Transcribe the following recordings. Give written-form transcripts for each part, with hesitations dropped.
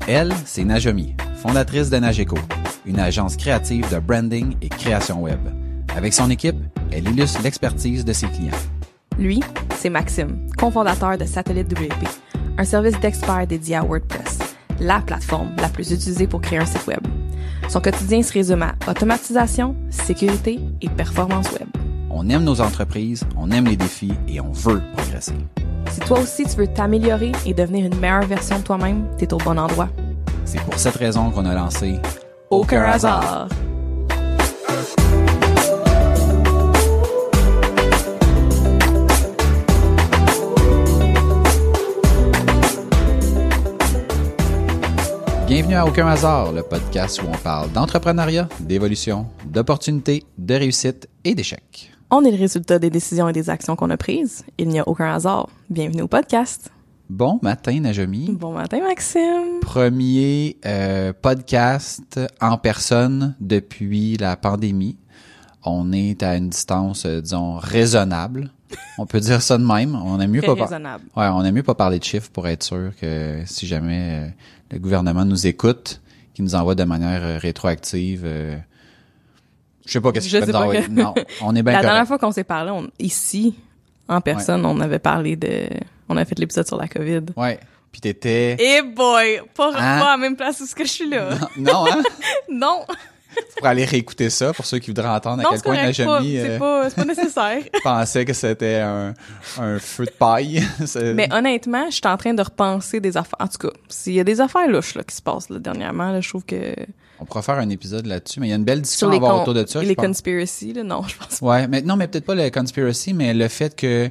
Elle, c'est Najomi, fondatrice de Nageco, une agence créative de branding et création web. Avec son équipe, elle illustre l'expertise de ses clients. Lui, c'est Maxime, cofondateur de Satellite WP, un service d'experts dédié à WordPress, la plateforme la plus utilisée pour créer un site web. Son quotidien se résume à automatisation, sécurité et performance web. On aime nos entreprises, on aime les défis et on veut progresser. Si toi aussi tu veux t'améliorer et devenir une meilleure version de toi-même, t'es au bon endroit. C'est pour cette raison qu'on a lancé Aucun hasard. Bienvenue à Aucun hasard, le podcast où on parle d'entrepreneuriat, d'évolution, d'opportunités, de réussite et d'échecs. On est le résultat des décisions et des actions qu'on a prises. Il n'y a aucun hasard. Bienvenue au podcast. Bon matin, Najomi. Bon matin, Maxime. Premier podcast en personne depuis la pandémie. On est à une distance, disons, raisonnable. On peut dire ça de même. On aime mieux Très pas raisonnable. Ouais, on aime mieux pas parler de chiffres pour être sûr que si jamais le gouvernement nous écoute, qu'il nous envoie de manière rétroactive. Je sais pas qu'est-ce qu'il peut nous envoyer. Non, on est bien La correct. dernière fois qu'on s'est parlé, ici, en personne, on avait parlé de... On a fait l'épisode sur la COVID. Ouais. Puis t'étais... Eh boy! Pas Hein? à la même place où ce que je suis là. Non, hein? Non! Pour aller réécouter ça, pour ceux qui voudraient entendre Non, à quel c'est point correct, Najomi c'est pas nécessaire. pensait que c'était un feu de paille. Mais honnêtement, je suis en train de repenser des affaires. En tout cas, s'il y a des affaires louches là, qui se passent là, dernièrement, là, je trouve que... On pourra faire un épisode là-dessus, mais il y a une belle discussion Sur à avoir autour de ça, je les pense. conspiracy, là, non, je pense pas. Ouais, mais non, mais peut-être pas le conspiracy, mais le fait que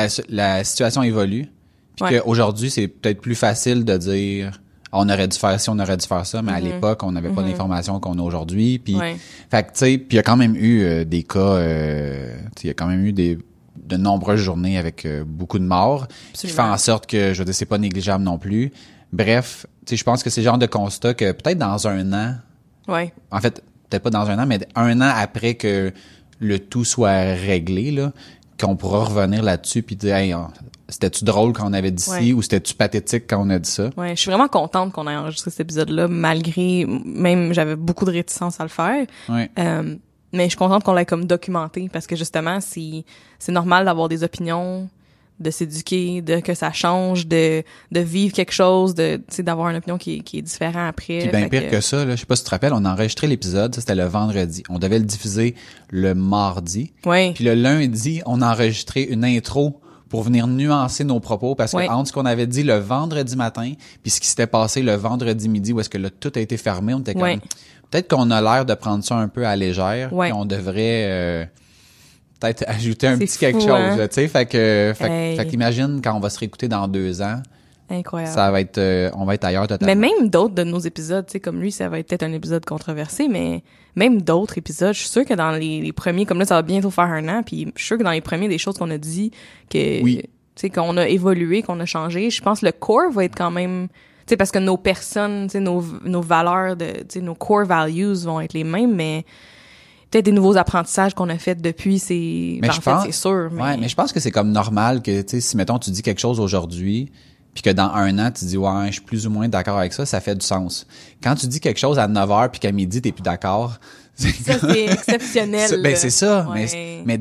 la situation évolue, puis Ouais. qu'aujourd'hui, c'est peut-être plus facile de dire on aurait dû faire ci, on aurait dû faire ça, mais à l'époque, on n'avait pas l'information qu'on a aujourd'hui. Puis, Ouais. fait que tu sais, puis il y a quand même eu des cas, tu sais, il y a quand même eu de nombreuses journées avec beaucoup de morts, qui fait en sorte que, je veux dire, c'est pas négligeable non plus. Bref, tu sais, je pense que c'est le genre de constat que peut-être dans un an, Ouais. en fait, peut-être pas dans un an, mais un an après que le tout soit réglé, là, qu'on pourra revenir là-dessus puis dire, hey, c'était-tu drôle quand on avait dit ci Ouais. ou c'était-tu pathétique quand on a dit ça? Ouais, je suis vraiment contente qu'on ait enregistré cet épisode-là, malgré, même, j'avais beaucoup de réticence à le faire. Ouais. Mais je suis contente qu'on l'ait comme documenté parce que justement, c'est normal d'avoir des opinions, de s'éduquer, de que ça change, de vivre quelque chose, de, tu sais, d'avoir une opinion qui est différente après. Puis bien Fait pire que ça, là, je sais pas si tu te rappelles, on a enregistré l'épisode, ça c'était le vendredi. On devait le diffuser le mardi. Ouais. Puis le lundi, on a enregistré une intro pour venir nuancer nos propos parce que Ouais. entre ce qu'on avait dit le vendredi matin puis ce qui s'était passé le vendredi midi où est-ce que là tout a été fermé, on était comme Ouais. peut-être qu'on a l'air de prendre ça un peu à légère, Ouais. puis on devrait peut-être ajouter un C'est petit quelque fou, chose, hein? là, tu sais, fait que Hey. qu'imagine quand on va se réécouter dans 2 ans, Incroyable. ça va être on va être ailleurs totalement. Mais même d'autres de nos épisodes, tu sais, comme lui, ça va être peut-être un épisode controversé, mais même d'autres épisodes, je suis sûre que dans les premiers, comme là, ça va bientôt faire 1 an, puis je suis sûre que dans les premiers, des choses qu'on a dit, que, Oui. tu sais, qu'on a évolué, qu'on a changé, je pense que le core va être quand même, tu sais, parce que nos personnes, tu sais, nos valeurs, tu sais, nos core values vont être les mêmes, mais peut-être des nouveaux apprentissages qu'on a fait depuis, c'est, Mais ben, je en fait, pense- c'est sûr, mais, Ouais, mais je pense que c'est comme normal que, tu sais, si, mettons, tu dis quelque chose aujourd'hui, puis que dans 1 an, tu dis, ouais, je suis plus ou moins d'accord avec ça, ça fait du sens. Quand tu dis quelque chose à 9h puis qu'à midi, t'es plus d'accord, ça, c'est exceptionnel. Ben, c'est ça. Ouais. Mais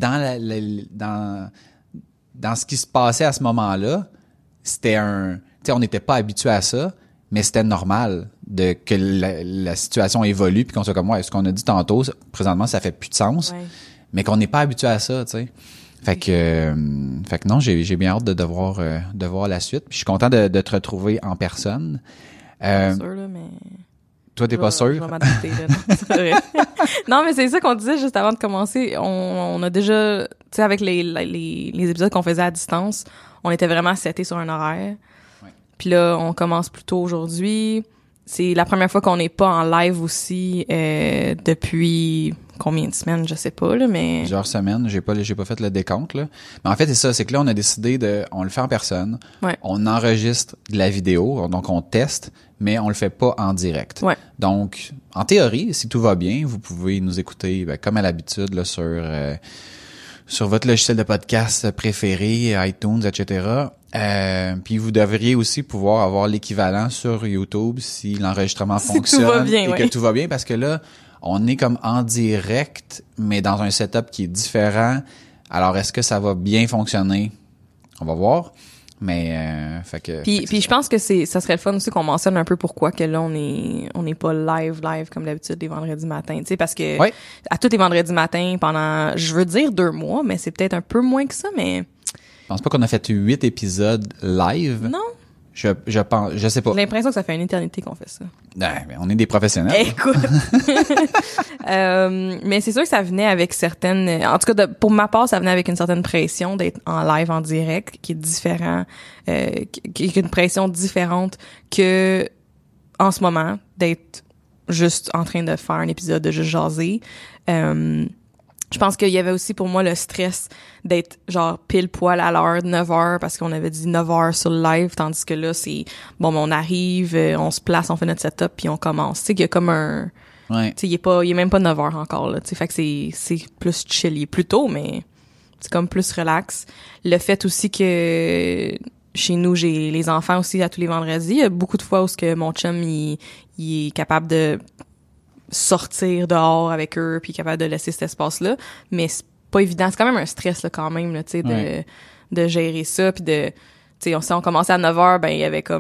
dans ce qui se passait à ce moment-là, c'était tu sais, on n'était pas habitué à ça, mais c'était normal que la situation évolue puis qu'on soit comme, ouais, ce qu'on a dit tantôt, présentement, ça fait plus de sens, Ouais. mais qu'on n'est pas habitué à ça, tu sais. Fait que non, j'ai bien hâte de voir la suite. Puis je suis content de te retrouver en personne. Pas sûr, là, mais... Toi, t'es pas Je sûr? vais m'adapter, là. Non, c'est vrai. Non, mais c'est ça qu'on disait juste avant de commencer. On a déjà, tu sais, avec les épisodes qu'on faisait à distance, on était vraiment setés sur un horaire. Ouais. Puis là, on commence plus tôt aujourd'hui. C'est la première fois qu'on n'est pas en live aussi depuis combien de semaines, je sais pas, là, mais... Plusieurs semaines, j'ai pas fait le décompte, là. Mais en fait, c'est ça, c'est que là, on a décidé on le fait en personne. Ouais. On enregistre de la vidéo, donc on teste, mais on le fait pas en direct. Ouais. Donc, en théorie, si tout va bien, vous pouvez nous écouter, comme à l'habitude, là, sur votre logiciel de podcast préféré, iTunes, etc. Puis vous devriez aussi pouvoir avoir l'équivalent sur YouTube si l'enregistrement Si fonctionne tout va bien, et que tout va bien, parce que là, on est comme en direct, mais dans un setup qui est différent. Alors, est-ce que ça va bien fonctionner? On va voir. Mais fait que Puis je pense que ça serait le fun aussi qu'on mentionne un peu pourquoi que là on est pas live comme d'habitude les vendredis matins, tu sais, parce que à tous les vendredis matins pendant, je veux dire 2 mois, mais c'est peut-être un peu moins que ça, mais je pense pas qu'on a fait 8 épisodes live. Non. Je pense, je sais pas. J'ai l'impression que ça fait une éternité qu'on fait ça. Ouais, mais on est des professionnels. Écoute. Mais c'est sûr que ça venait avec certaines, en tout cas pour ma part, ça venait avec une certaine pression d'être en live en direct qui est différent, qui est une pression différente que en ce moment d'être juste en train de faire un épisode de juste jaser. Je pense qu'il y avait aussi pour moi le stress d'être genre pile poil à l'heure, 9h, parce qu'on avait dit 9h sur le live, tandis que là, c'est bon, on arrive, on se place, on fait notre setup, puis on commence. Tu sais, qu'il y a comme un... Ouais. Tu sais, il est même pas 9h encore, là. Tu sais, fait que c'est plus chill. Il est plus tôt, mais c'est comme plus relax. Le fait aussi que chez nous, j'ai les enfants aussi à tous les vendredis. Il y a beaucoup de fois où ce que mon chum, il est capable de sortir dehors avec eux puis capable de laisser cet espace-là, mais c'est pas évident, c'est quand même un stress là quand même là, tu sais, de gérer ça puis de, tu sais, on commençait à 9h, ben il y avait comme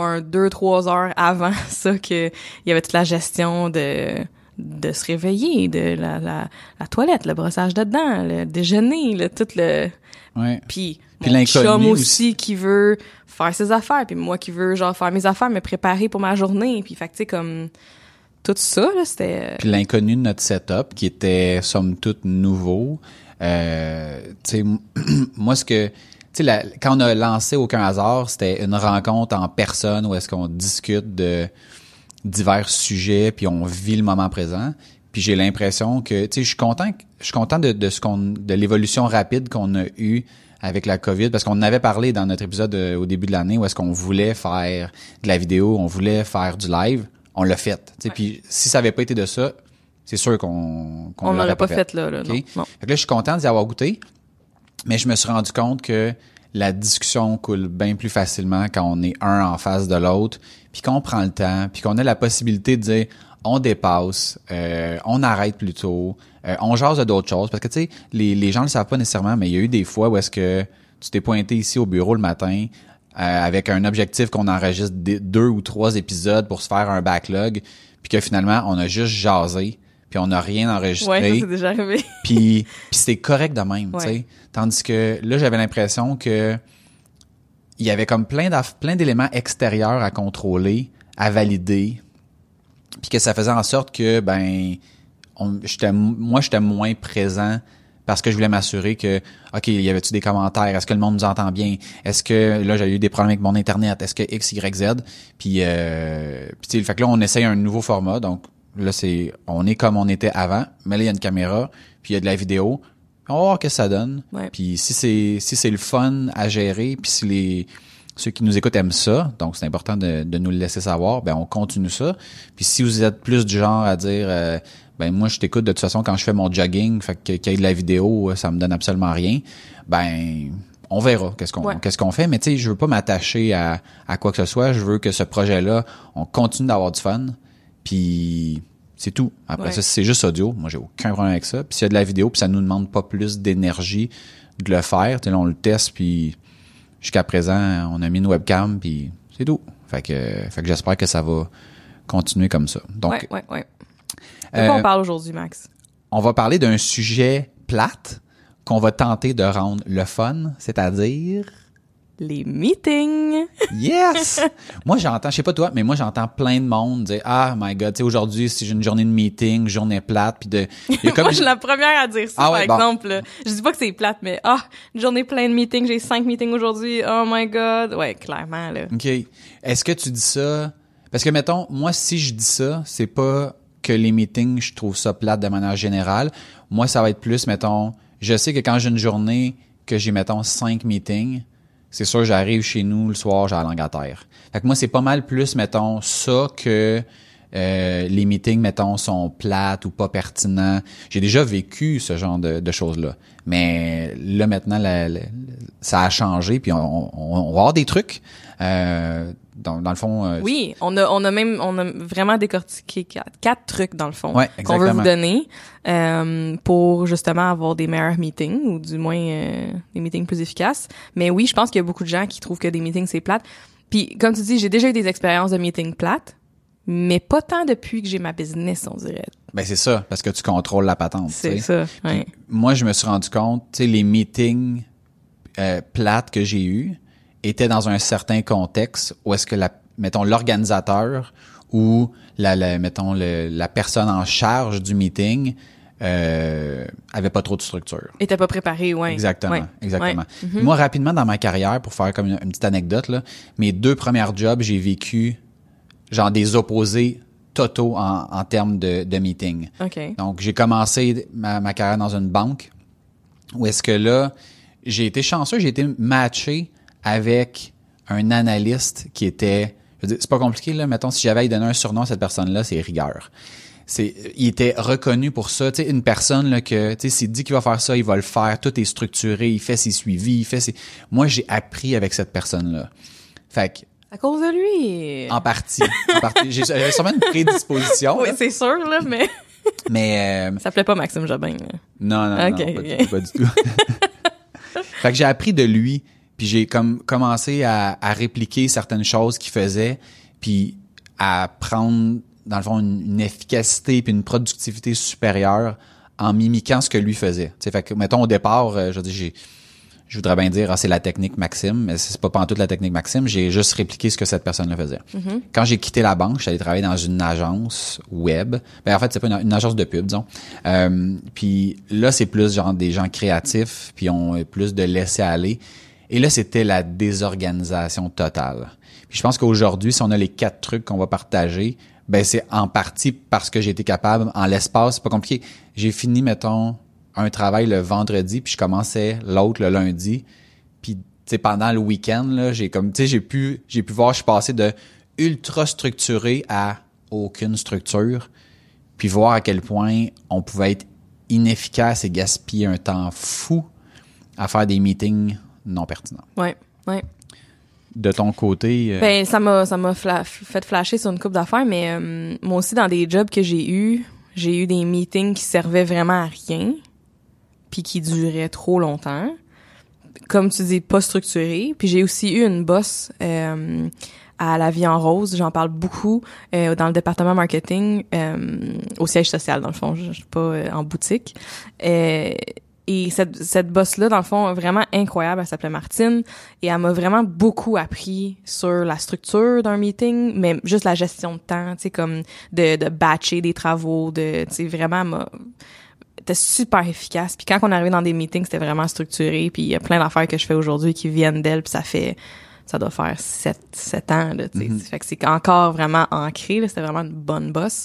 2-3 heures avant ça que il y avait toute la gestion de se réveiller, de la toilette, le brossage de dents, le déjeuner, tout le puis mon chum aussi qui veut faire ses affaires, puis moi qui veux genre faire mes affaires, me préparer pour ma journée, puis fait que tu sais comme tout ça, là, c'était... Puis l'inconnu de notre setup, qui était, somme toute, nouveau. Tu sais, moi, tu sais, quand on a lancé Aucun hasard, c'était une rencontre en personne où est-ce qu'on discute de divers sujets, puis on vit le moment présent. Puis j'ai l'impression que, tu sais, je suis content de l'évolution rapide qu'on a eue avec la COVID, parce qu'on avait parlé dans notre épisode au début de l'année où est-ce qu'on voulait faire de la vidéo, on voulait faire du live. On l'a fait. Puis si ça avait pas été de ça, c'est sûr qu'on l'aurait pas fait là. Okay? Non. Fait que là, je suis content d'y avoir goûté, mais je me suis rendu compte que la discussion coule bien plus facilement quand on est un en face de l'autre, puis qu'on prend le temps, puis qu'on a la possibilité de dire on dépasse, on arrête plus tôt, on jase de d'autres choses. Parce que tu sais, les gens le savent pas nécessairement, mais il y a eu des fois où est-ce que tu t'es pointé ici au bureau le matin avec un objectif qu'on enregistre 2 ou 3 épisodes pour se faire un backlog, puis que finalement, on a juste jasé, puis on n'a rien enregistré. Ouais, ça c'est déjà arrivé. puis c'est correct de même, tu sais. Tandis que là, j'avais l'impression que il y avait comme plein d'éléments extérieurs à contrôler, à valider, puis que ça faisait en sorte que, j'étais moins présent parce que je voulais m'assurer que, OK, y avait-tu des commentaires? Est-ce que le monde nous entend bien? Est-ce que, là, j'ai eu des problèmes avec mon Internet? Est-ce que X, Y, Z? Puis tu sais, fait que là, on essaye un nouveau format. Donc, là, on est comme on était avant, mais là, il y a une caméra, puis il y a de la vidéo. On va voir ce que ça donne. Ouais. Puis si c'est le fun à gérer, puis si ceux qui nous écoutent aiment ça, donc c'est important de nous le laisser savoir, on continue ça. Puis si vous êtes plus du genre à dire moi je t'écoute de toute façon quand je fais mon jogging, fait que qu'il y ait de la vidéo, ça me donne absolument rien, on verra qu'est-ce qu'on fait, mais tu sais, je veux pas m'attacher à quoi que ce soit, je veux que ce projet-là, on continue d'avoir du fun. Puis c'est tout. Après ça, c'est juste audio. Moi, j'ai aucun problème avec ça. Puis s'il y a de la vidéo, puis ça nous demande pas plus d'énergie de le faire, tu sais, là, on le teste, puis jusqu'à présent, on a mis une webcam, puis c'est tout. Fait que j'espère que ça va continuer comme ça. Donc, ouais. De quoi on parle aujourd'hui, Max? On va parler d'un sujet plate qu'on va tenter de rendre le fun, c'est-à-dire... les meetings. Yes! Moi, j'entends, je sais pas toi, mais moi, j'entends plein de monde dire, ah, my God, tu sais, aujourd'hui, si j'ai une journée de meeting, journée plate, puis moi, je suis la première à dire ça, par exemple. Là. Je dis pas que c'est plate, mais, une journée pleine de meetings, j'ai 5 meetings aujourd'hui, oh my God. Ouais, clairement, là. OK. Est-ce que tu dis ça? Parce que, mettons, moi, si je dis ça, c'est pas que les meetings, je trouve ça plate de manière générale. Moi, ça va être plus, mettons, je sais que quand j'ai une journée, que j'ai, mettons, 5 meetings, c'est sûr, j'arrive chez nous le soir, j'ai la langue à terre. Fait que moi, c'est pas mal plus, mettons, ça que les meetings, mettons, sont plates ou pas pertinents. J'ai déjà vécu ce genre de choses-là. Mais là, maintenant, ça a changé, puis on va avoir des trucs. Dans le fond... oui, on a vraiment décortiqué quatre trucs, dans le fond, ouais, qu'on veut vous donner pour justement avoir des meilleurs meetings, ou du moins des meetings plus efficaces. Mais oui, je pense qu'il y a beaucoup de gens qui trouvent que des meetings, c'est plate. Puis, comme tu dis, j'ai déjà eu des expériences de meetings plates, mais pas tant depuis que j'ai ma business, on dirait. Ben c'est ça, parce que tu contrôles la patente. C'est ça, ouais. Puis, moi, je me suis rendu compte, tu sais, les meetings plates que j'ai eus étaient dans un certain contexte où est-ce que mettons, l'organisateur ou la personne en charge du meeting avait pas trop de structure. Et t'as pas préparé, ouais. Exactement, ouais. exactement. Ouais. Mm-hmm. Moi, rapidement, dans ma carrière, pour faire comme une petite anecdote, là, mes 2 premières jobs, j'ai vécu genre des opposés totaux en termes de meeting. Okay. Donc, j'ai commencé ma carrière dans une banque où est-ce que là, j'ai été chanceux, j'ai été matché avec un analyste qui était... Je veux dire, c'est pas compliqué, là. Mettons, si j'avais à lui donner un surnom à cette personne-là, c'est rigueur. Il était reconnu pour ça. Tu sais, une personne, là, que, tu sais, s'il dit qu'il va faire ça, il va le faire. Tout est structuré. Il fait ses suivis. Moi, j'ai appris avec cette personne-là. Fait que... À cause de lui. En partie. J'avais sûrement une prédisposition. Oui, c'est sûr, là, mais... Mais... Ça plaît pas Maxime Jobin, là. Non, okay, non, pas du tout. Fait que j'ai appris de lui. Puis j'ai commencé à répliquer certaines choses qu'il faisait, puis à prendre, dans le fond, une efficacité puis une productivité supérieure en mimiquant ce que lui faisait. T'sais, fait que, mettons, au départ, je voudrais bien dire, c'est la technique Maxime, mais c'est pas pantoute la technique Maxime, j'ai juste répliqué ce que cette personne-là faisait. Mm-hmm. Quand j'ai quitté la banque, j'allais travailler dans une agence web. Ben, en fait, c'est pas une agence de pub, disons. Puis là, c'est plus genre des gens créatifs, puis ont plus de laisser aller. Et là, c'était la désorganisation totale. Puis je pense qu'aujourd'hui, si on a les 4 trucs qu'on va partager, ben c'est en partie parce que j'ai été capable, en l'espace, c'est pas compliqué. J'ai fini, mettons, un travail le vendredi, puis je commençais l'autre le lundi. Puis, tu sais, pendant le week-end, là, j'ai pu voir, je suis passé de ultra structuré à aucune structure, puis voir à quel point on pouvait être inefficace et gaspiller un temps fou à faire des meetings non pertinent. Ouais. De ton côté... Ben, ça m'a fait flasher sur une couple d'affaires, mais moi aussi, dans des jobs que j'ai eu des meetings qui servaient vraiment à rien, puis qui duraient trop longtemps. Comme tu dis, pas structurés. Puis j'ai aussi eu une boss à La Vie en Rose, j'en parle beaucoup dans le département marketing, au siège social, dans le fond, je suis pas en boutique. Et cette boss-là, dans le fond, vraiment incroyable, elle s'appelait Martine, et elle m'a vraiment beaucoup appris sur la structure d'un meeting, mais juste la gestion de temps, tu sais, comme de batcher des travaux, tu sais, vraiment, était super efficace. Puis quand on arrivait dans des meetings, c'était vraiment structuré, puis il y a plein d'affaires que je fais aujourd'hui qui viennent d'elle, puis ça doit faire 7 ans, là, tu sais. Mm-hmm. Fait que c'est encore vraiment ancré, là, c'était vraiment une bonne boss.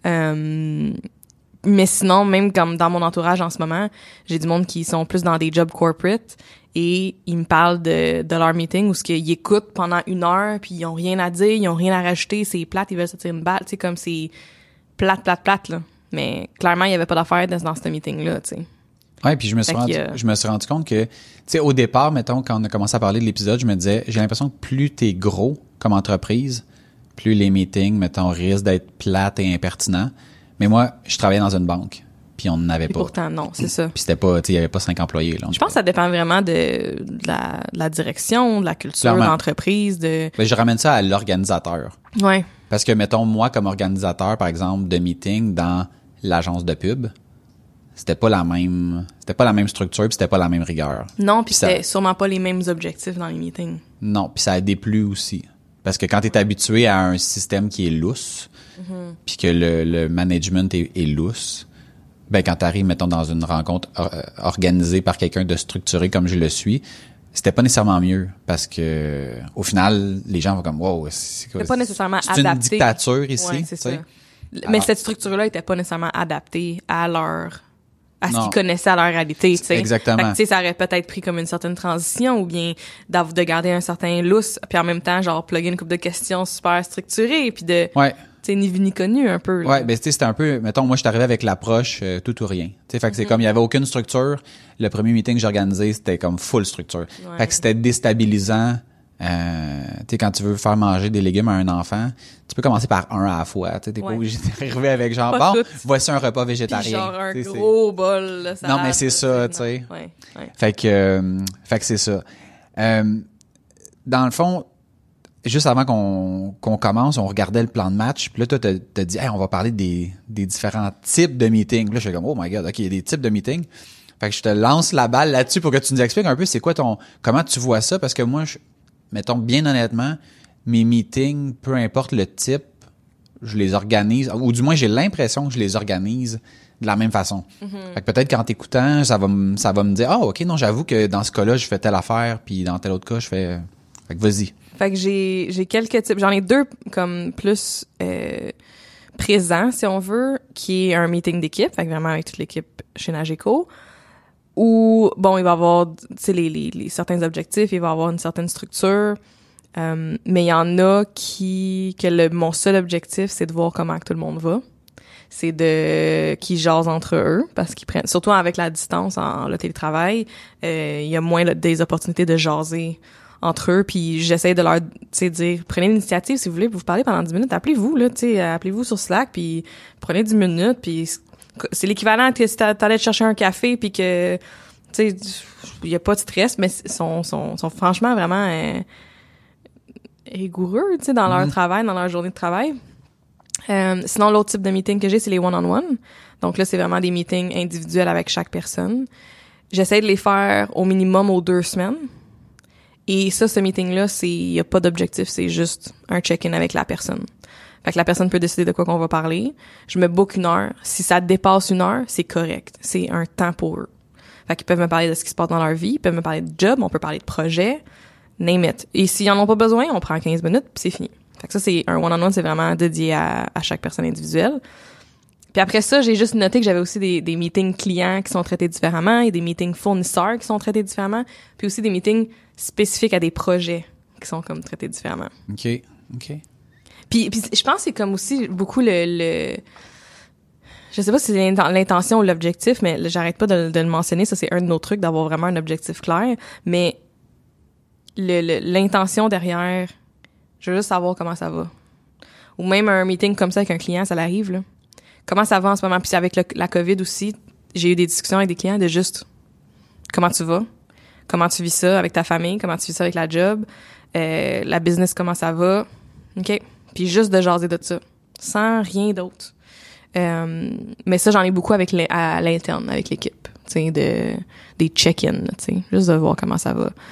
Mais sinon, même comme dans mon entourage en ce moment, j'ai du monde qui sont plus dans des jobs corporate et ils me parlent de leur meeting où ce qu'ils écoutent pendant 1 heure puis ils ont rien à dire, ils ont rien à rajouter, c'est plate, ils veulent se tirer une balle, tu sais, comme c'est plate, là. Mais clairement, il y avait pas d'affaire dans ce meeting-là, tu sais. Ouais, puis je me suis rendu compte que, tu sais, au départ, mettons, quand on a commencé à parler de l'épisode, je me disais, j'ai l'impression que plus t'es gros comme entreprise, plus les meetings, mettons, risquent d'être plates et impertinents. Mais moi, je travaillais dans une banque, puis on n'en avait pas. Pourtant, non, c'est ça. Puis c'était pas, tu sais, il y avait pas 5 employés, là. Je pense que ça dépend vraiment de la direction, de la culture de l'entreprise, Ben, je ramène ça à l'organisateur. Ouais. Parce que, mettons, moi, comme organisateur, par exemple, de meeting dans l'agence de pub, c'était pas la même structure, puis c'était pas la même rigueur. Non, puis c'était sûrement pas les mêmes objectifs dans les meetings. Non, puis ça a déplu aussi. Parce que quand t'es habitué à un système qui est lousse, puis que le management est lousse, ben quand t'arrives, mettons, dans une rencontre organisée par quelqu'un de structuré comme je le suis, c'était pas nécessairement mieux. Parce que au final, les gens vont comme « Wow, c'est quoi? » C'était pas nécessairement adapté. C'est une dictature ici. Ouais, c'est ça. Mais cette structure-là était pas nécessairement adaptée à ce qu'ils connaissaient à leur réalité, tu sais. Exactement. Fait que, tu sais, ça aurait peut-être pris comme une certaine transition ou bien de garder un certain lousse, puis en même temps, genre, plugger une couple de questions super structurées, puis de... Ouais. C'est ni vu ni connu un peu. Là. Ouais, ben tu sais, c'était un peu, mettons, moi je suis arrivé avec l'approche tout ou rien. Tu sais, fait que c'est comme il y avait aucune structure. Le premier meeting que j'ai organisé, c'était comme full structure. Ouais. Fait que c'était déstabilisant. Tu sais, quand tu veux faire manger des légumes à un enfant, tu peux commencer par un à la fois. Tu sais, t'es pas obligé d'arriver avec genre pas bon, tout. voici un repas végétarien. Puis genre un T'sais, gros bol de salade. Non, mais c'est ça, tu sais. Ouais. Fait que c'est ça. Dans le fond, juste avant qu'on commence, on regardait le plan de match. Puis là, toi, t'as dit, hey, on va parler des différents types de meetings. Puis là, je suis comme, oh my god, ok, il y a des types de meetings. Fait que je te lance la balle là-dessus pour que tu nous expliques un peu c'est quoi comment tu vois ça. Parce que moi, mettons, bien honnêtement, mes meetings, peu importe le type, je les organise, ou du moins, j'ai l'impression que je les organise de la même façon. Mm-hmm. Fait que peut-être qu'en t'écoutant, ça va me dire, ok, non, j'avoue que dans ce cas-là, je fais telle affaire, puis dans tel autre cas, je fais... Fait que vas-y. Fait que j'ai quelques types. J'en ai deux comme plus présents, si on veut, qui est un meeting d'équipe, fait que vraiment avec toute l'équipe chez Nageco, où, bon, il va y avoir, tu sais, les certains objectifs, il va y avoir une certaine structure, mais il y en a mon seul objectif, c'est de voir comment que tout le monde va. C'est qu'ils jasent entre eux, parce qu'ils prennent, surtout avec la distance le télétravail, il y a moins des opportunités de jaser entre eux, puis j'essaie de leur, tu sais, dire, prenez l'initiative si vous voulez, vous parler pendant 10 minutes, appelez-vous, là, tu sais, appelez-vous sur Slack, puis prenez 10 minutes, puis c'est l'équivalent que si t'allais te chercher un café, puis que, tu sais, il y a pas de stress, mais sont franchement vraiment rigoureux, tu sais, dans leur travail, dans leur journée de travail. Sinon, l'autre type de meeting que j'ai, c'est les one-on-one. Donc là, c'est vraiment des meetings individuels avec chaque personne. J'essaie de les faire au minimum aux 2 semaines. Et ça, ce meeting-là, il y a pas d'objectif, c'est juste un check-in avec la personne. Fait que la personne peut décider de quoi qu'on va parler. Je me book 1 heure. Si ça dépasse 1 heure, c'est correct. C'est un temps pour eux. Fait qu'ils peuvent me parler de ce qui se passe dans leur vie, ils peuvent me parler de job, on peut parler de projet, name it. Et s'ils en ont pas besoin, on prend 15 minutes, puis c'est fini. Fait que ça, c'est un one-on-one, c'est vraiment dédié à chaque personne individuelle. Puis après ça, j'ai juste noté que j'avais aussi des meetings clients qui sont traités différemment, et des meetings fournisseurs qui sont traités différemment, puis aussi des meetings spécifiques à des projets qui sont comme traités différemment. OK. Puis je pense que c'est comme aussi beaucoup je sais pas si c'est l'intention ou l'objectif, mais j'arrête pas de le mentionner, ça c'est un de nos trucs, d'avoir vraiment un objectif clair, mais l'intention derrière, je veux juste savoir comment ça va. Ou même un meeting comme ça avec un client, ça l'arrive, là. Comment ça va en ce moment? Puis avec la COVID aussi, j'ai eu des discussions avec des clients de juste comment tu vas? Comment tu vis ça avec ta famille? Comment tu vis ça avec la job? La business, comment ça va? OK? Puis juste de jaser de ça. Sans rien d'autre. Mais ça, j'en ai beaucoup à l'interne, avec l'équipe. Tu sais, des check-in, tu sais. Juste de voir comment ça va.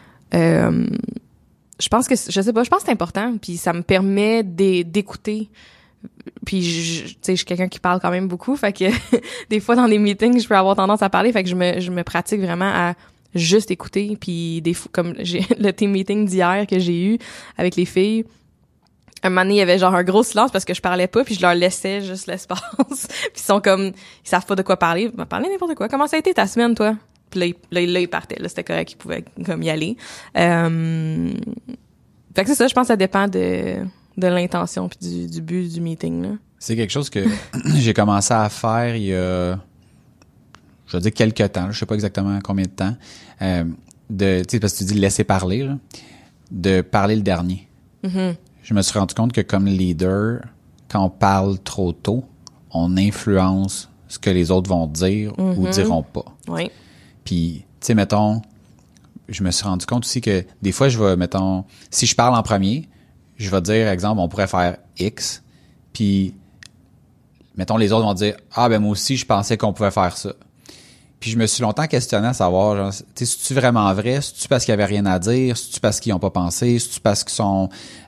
Je pense que c'est important. Puis ça me permet d'écouter. Puis tu sais, je suis quelqu'un qui parle quand même beaucoup, fait que des fois dans des meetings je peux avoir tendance à parler, fait que je me pratique vraiment à juste écouter. Puis des fois, comme j'ai le team meeting d'hier que j'ai eu avec les filles, un moment donné il y avait genre un gros silence parce que je parlais pas, puis je leur laissais juste l'espace. Puis ils sont comme, ils savent pas de quoi parler, ils m'ont parlé n'importe quoi. Comment ça a été ta semaine, toi? Puis là ils partaient, là c'était correct, ils pouvaient comme y aller. Fait que c'est ça, je pense que ça dépend de l'intention puis du but du meeting, là. C'est quelque chose que j'ai commencé à faire il y a, je veux dire, quelques temps, je sais pas exactement combien de temps, tu sais, parce que tu dis laisser parler, là, de parler le dernier. Mm-hmm. Je me suis rendu compte que comme leader, quand on parle trop tôt, on influence ce que les autres vont dire ou diront pas. Oui. Puis, tu sais, mettons, je me suis rendu compte aussi que des fois, si je parle en premier, je vais dire, exemple, on pourrait faire X, puis, mettons, les autres vont dire, ah, ben moi aussi, je pensais qu'on pouvait faire ça. Puis je me suis longtemps questionné à savoir, genre, tu sais, c'est-tu vraiment vrai? C'est-tu parce qu'il y avait rien à dire? C'est-tu parce qu'ils ont pas pensé? C'est-tu parce qu'ils sont,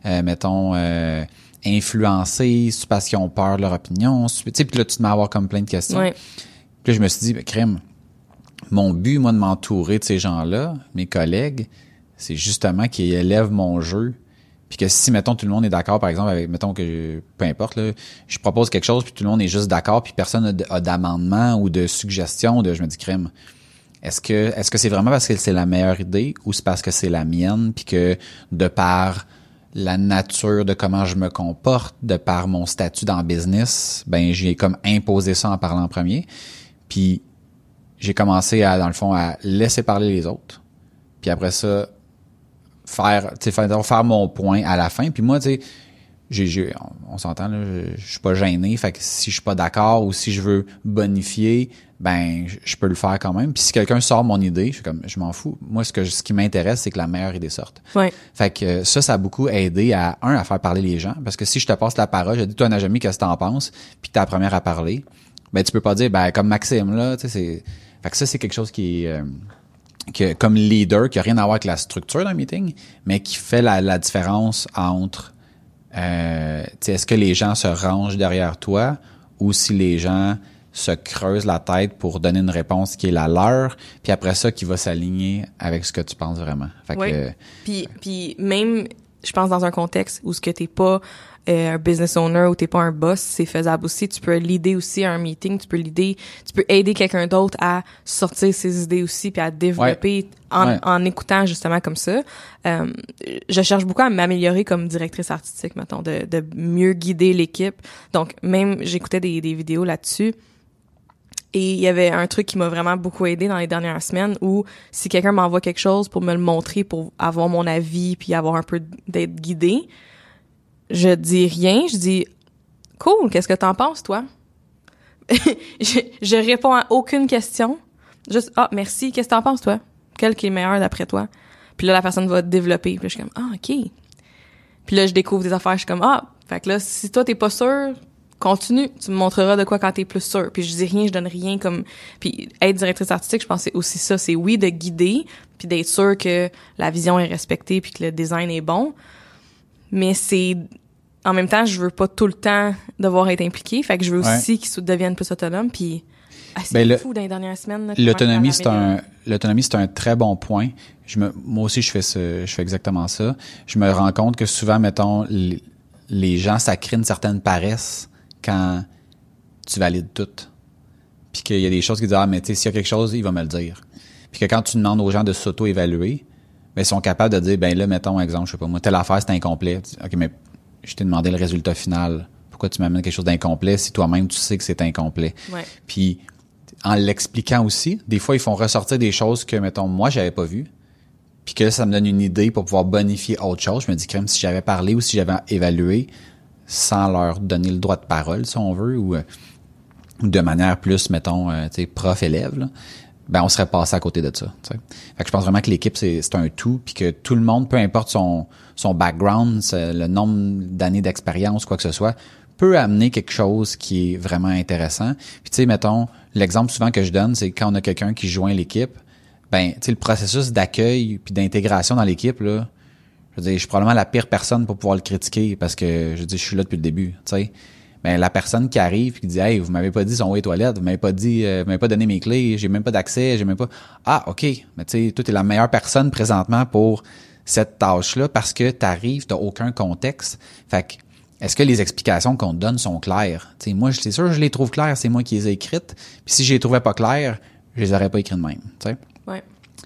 influencés? C'est-tu parce qu'ils ont peur de leur opinion? Tu sais, puis là, tu te mets à avoir comme plein de questions. Oui. Puis là, je me suis dit, ben, crème, mon but, moi, de m'entourer de ces gens-là, mes collègues, c'est justement qu'ils élèvent mon jeu. Puis que si, mettons, tout le monde est d'accord, par exemple, avec, mettons que, peu importe, là, je propose quelque chose, puis tout le monde est juste d'accord, puis personne a d'amendement ou de suggestion, je me dis, crème, est-ce que c'est vraiment parce que c'est la meilleure idée ou c'est parce que c'est la mienne, puis que de par la nature de comment je me comporte, de par mon statut dans le business, ben j'ai comme imposé ça en parlant en premier. Puis j'ai commencé dans le fond, à laisser parler les autres. Puis après ça, faire mon point à la fin. Puis moi, tu sais, on s'entend, là, je suis pas gêné. Fait que si je suis pas d'accord ou si je veux bonifier, ben je peux le faire quand même. Puis si quelqu'un sort mon idée, je m'en fous. Moi, ce qui m'intéresse, c'est que la meilleure idée sorte. Ouais. Fait que ça a beaucoup aidé à faire parler les gens. Parce que si je te passe la parole, je dis, toi, Najami, qu'est-ce que t'en penses? Puis t'es la première à parler. Ben tu peux pas dire, ben comme Maxime, là, tu sais, fait que ça, c'est quelque chose qui est comme leader, qui a rien à voir avec la structure d'un meeting, mais qui fait la différence entre est-ce que les gens se rangent derrière toi ou si les gens se creusent la tête pour donner une réponse qui est la leur, puis après ça, qui va s'aligner avec ce que tu penses vraiment. Fait que, puis même, je pense dans un contexte où ce que t'es pas un business owner ou t'es pas un boss, c'est faisable aussi. Tu peux leader aussi un meeting, tu peux aider quelqu'un d'autre à sortir ses idées aussi puis à développer en écoutant justement comme ça. Je cherche beaucoup à m'améliorer comme directrice artistique, mettons, de mieux guider l'équipe. Donc, même, j'écoutais des vidéos là-dessus. Et il y avait un truc qui m'a vraiment beaucoup aidé dans les dernières semaines où si quelqu'un m'envoie quelque chose pour me le montrer, pour avoir mon avis puis avoir un peu d'être guidée, je dis rien, je dis « Cool, qu'est-ce que t'en penses, toi? » je réponds à aucune question. Juste « Ah, merci, qu'est-ce que t'en penses, toi? Quel qui est meilleur d'après toi? » Puis là, la personne va développer. Puis là, je suis comme « Ah, OK. » Puis là, je découvre des affaires, je suis comme « Ah, fait que là, si toi, t'es pas sûr, continue. Tu me montreras de quoi quand t'es plus sûr. » Puis je dis rien, je donne rien comme... Puis être directrice artistique, je pense que c'est aussi ça. C'est oui, de guider, puis d'être sûr que la vision est respectée puis que le design est bon. Mais c'est... En même temps, je veux pas tout le temps devoir être impliqué. Fait que je veux aussi qu'ils deviennent plus autonomes. Puis c'est fou dans les dernières semaines. Là, l'autonomie, c'est un très bon point. Moi aussi, je fais exactement ça. Je me rends compte que souvent, mettons, les gens, ça crée une certaine paresse quand tu valides tout. Puis qu'il y a des choses qui disent, ah, mais tu sais, s'il y a quelque chose, il va me le dire. Puis que quand tu demandes aux gens de s'auto-évaluer, ben, ils sont capables de dire, ben là, mettons, exemple, je sais pas moi, telle affaire, c'est incomplet. OK, mais je t'ai demandé le résultat final. Pourquoi tu m'amènes quelque chose d'incomplet si toi-même tu sais que c'est incomplet? Ouais. Puis en l'expliquant aussi, des fois ils font ressortir des choses que, mettons, moi j'avais pas vues, puis que ça me donne une idée pour pouvoir bonifier autre chose. Je me dis, crème, si j'avais parlé ou si j'avais évalué sans leur donner le droit de parole, si on veut, ou de manière plus, mettons, tu sais, prof-élève, là, ben on serait passé à côté de ça. T'sais. Fait que je pense vraiment que l'équipe, c'est un tout, puis que tout le monde, peu importe son background, le nombre d'années d'expérience, quoi que ce soit, peut amener quelque chose qui est vraiment intéressant. Puis tu sais, mettons, l'exemple souvent que je donne, c'est quand on a quelqu'un qui joint l'équipe, ben tu sais, le processus d'accueil puis d'intégration dans l'équipe, là, je veux dire, je suis probablement la pire personne pour pouvoir le critiquer parce que, je dis, je suis là depuis le début, tu sais. Ben, la personne qui arrive et qui dit, hey, vous m'avez pas dit son way toilette, vous m'avez pas donné mes clés, j'ai même pas d'accès, j'ai même pas, ah, OK. Mais tu sais, toi, t'es la meilleure personne présentement pour cette tâche-là parce que t'arrives, t'as aucun contexte. Fait que, est-ce que les explications qu'on te donne sont claires? Tu sais, moi, c'est sûr, je les trouve claires, c'est moi qui les ai écrites. Puis si je les trouvais pas claires, je les aurais pas écrites de même, tu sais. Ouais.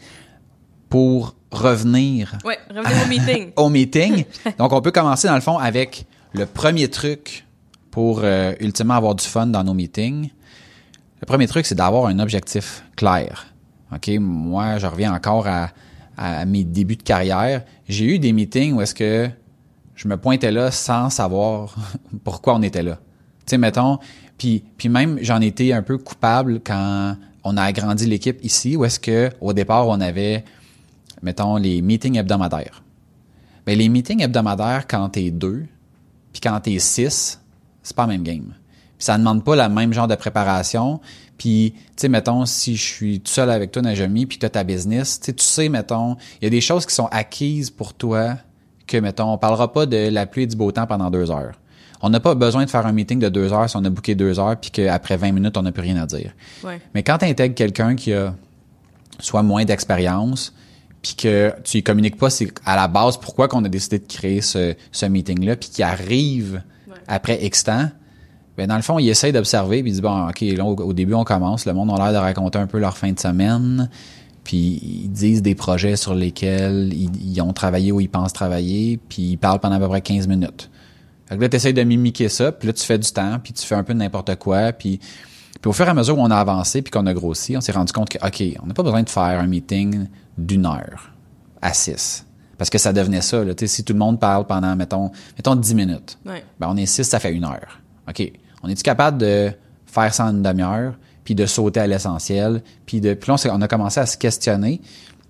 Pour revenir au meeting. Au meeting. Donc, on peut commencer, dans le fond, avec le premier truc pour ultimement avoir du fun dans nos meetings. Le premier truc, c'est d'avoir un objectif clair. OK? Moi, je reviens encore à mes débuts de carrière. J'ai eu des meetings où est-ce que je me pointais là sans savoir pourquoi on était là. Tu sais, mettons, puis même, j'en étais un peu coupable quand on a agrandi l'équipe ici, où est-ce que au départ, on avait, mettons, les meetings hebdomadaires. Ben, les meetings hebdomadaires, quand t'es 2, puis quand t'es 6, c'est pas la même game. Puis ça demande pas le même genre de préparation. Puis, tu sais, mettons, si je suis tout seul avec toi, Najami, puis tu as ta business, tu sais, mettons, il y a des choses qui sont acquises pour toi que, mettons, on parlera pas de la pluie et du beau temps pendant 2 heures. On n'a pas besoin de faire un meeting de 2 heures si on a booké 2 heures puis qu'après 20 minutes, on n'a plus rien à dire. Ouais. Mais quand tu intègres quelqu'un qui a soit moins d'expérience puis que tu y communiques pas, c'est à la base pourquoi qu'on a décidé de créer ce meeting-là puis qui arrive après X temps, ben dans le fond, il essaie d'observer puis il dit, bon, OK, là, au début, on commence. Le monde a l'air de raconter un peu leur fin de semaine. puis ils disent des projets sur lesquels ils ont travaillé ou ils pensent travailler, puis ils parlent pendant à peu près 15 minutes. Fait que là, tu essaies de mimiquer ça, puis là, tu fais du temps, puis tu fais un peu n'importe quoi, puis au fur et à mesure où on a avancé puis qu'on a grossi, on s'est rendu compte que, OK, on n'a pas besoin de faire un meeting d'1 heure à 6. Parce que ça devenait ça, là. Tu sais, si tout le monde parle pendant, mettons 10 minutes, ben on est 6, ça fait 1 heure. OK. On est-tu capable de faire ça en une demi-heure, puis de sauter à l'essentiel, puis là, on a commencé à se questionner,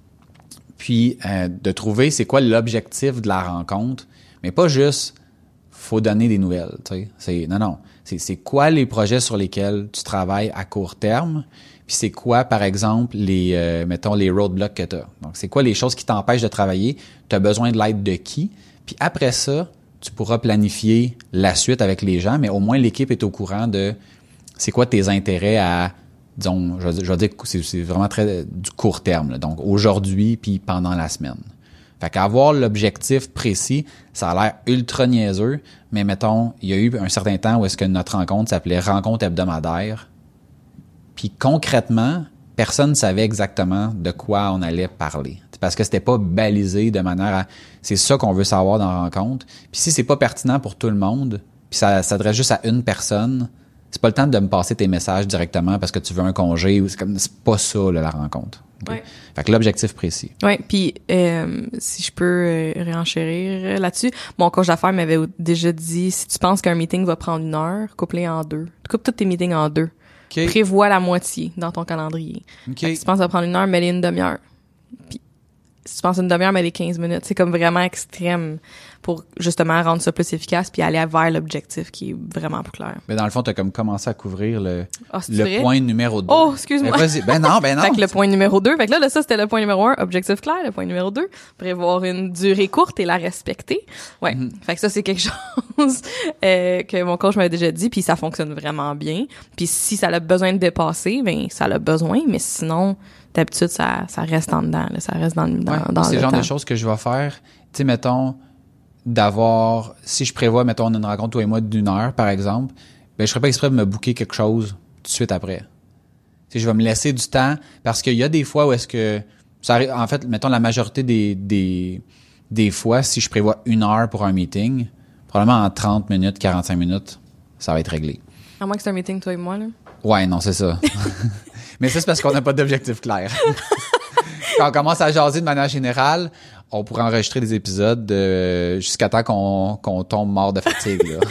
puis de trouver c'est quoi l'objectif de la rencontre, mais pas juste faut donner des nouvelles, tu sais. Non. C'est quoi les projets sur lesquels tu travailles à court terme, puis c'est quoi, par exemple, les roadblocks que tu as. Donc, c'est quoi les choses qui t'empêchent de travailler, tu as besoin de l'aide de qui, puis après ça, tu pourras planifier la suite avec les gens, mais au moins l'équipe est au courant de c'est quoi tes intérêts à, disons, je veux dire que c'est vraiment très du court terme, là. Donc aujourd'hui puis pendant la semaine. Fait qu'avoir l'objectif précis, ça a l'air ultra niaiseux, mais mettons, il y a eu un certain temps où est-ce que notre rencontre s'appelait rencontre hebdomadaire. Puis concrètement, personne ne savait exactement de quoi on allait parler. Parce que c'était pas balisé de manière à c'est ça qu'on veut savoir dans la rencontre. Puis si c'est pas pertinent pour tout le monde, puis ça s'adresse juste à une personne, c'est pas le temps de me passer tes messages directement parce que tu veux un congé ou c'est pas ça là, la rencontre. Okay? Ouais. Fait que l'objectif précis. Oui, puis si je peux réenchérir là-dessus, mon coach d'affaires m'avait déjà dit si tu penses qu'un meeting va prendre 1 heure, coupe-les en 2. Coupe tous tes meetings en 2. Okay. Prévois la moitié dans ton calendrier. Okay. Si tu penses que ça va prendre 1 heure, mets-les une demi-heure. Puis si tu penses une demi-heure, mets-les 15 minutes. C'est comme vraiment extrême pour justement rendre ça plus efficace puis aller vers l'objectif qui est vraiment plus clair. Mais dans le fond, t'as comme commencé à couvrir le point numéro 2. Oh, excuse-moi. Ben non. Fait que le point numéro 2. Fait que là, ça, c'était le point numéro 1, objectif clair. Le point numéro 2, prévoir une durée courte et la respecter. Ouais. Mm-hmm. Fait que ça, c'est quelque chose que mon coach m'avait déjà dit puis ça fonctionne vraiment bien. Puis si ça a besoin de dépasser, ben ça a besoin, mais sinon, d'habitude, ça reste en dedans. Là, ça reste dans c'est le genre temps. de choses que je vais faire. Tu sais, mettons, d'avoir, si je prévois, mettons, une rencontre toi et moi d'1 heure, par exemple, ben je serais pas exprès de me booker quelque chose tout de suite après. Tu sais, je vais me laisser du temps parce qu'il y a des fois où est-ce que ça arrive, en fait, mettons, la majorité des fois, si je prévois 1 heure pour un meeting, probablement en 30 minutes, 45 minutes, ça va être réglé. À moins que c'est un meeting toi et moi, là. Ouais, non, c'est ça. Mais ça, c'est parce qu'on n'a pas d'objectif clair. Quand on commence à jaser de manière générale, on pourrait enregistrer des épisodes jusqu'à temps qu'on tombe mort de fatigue, là.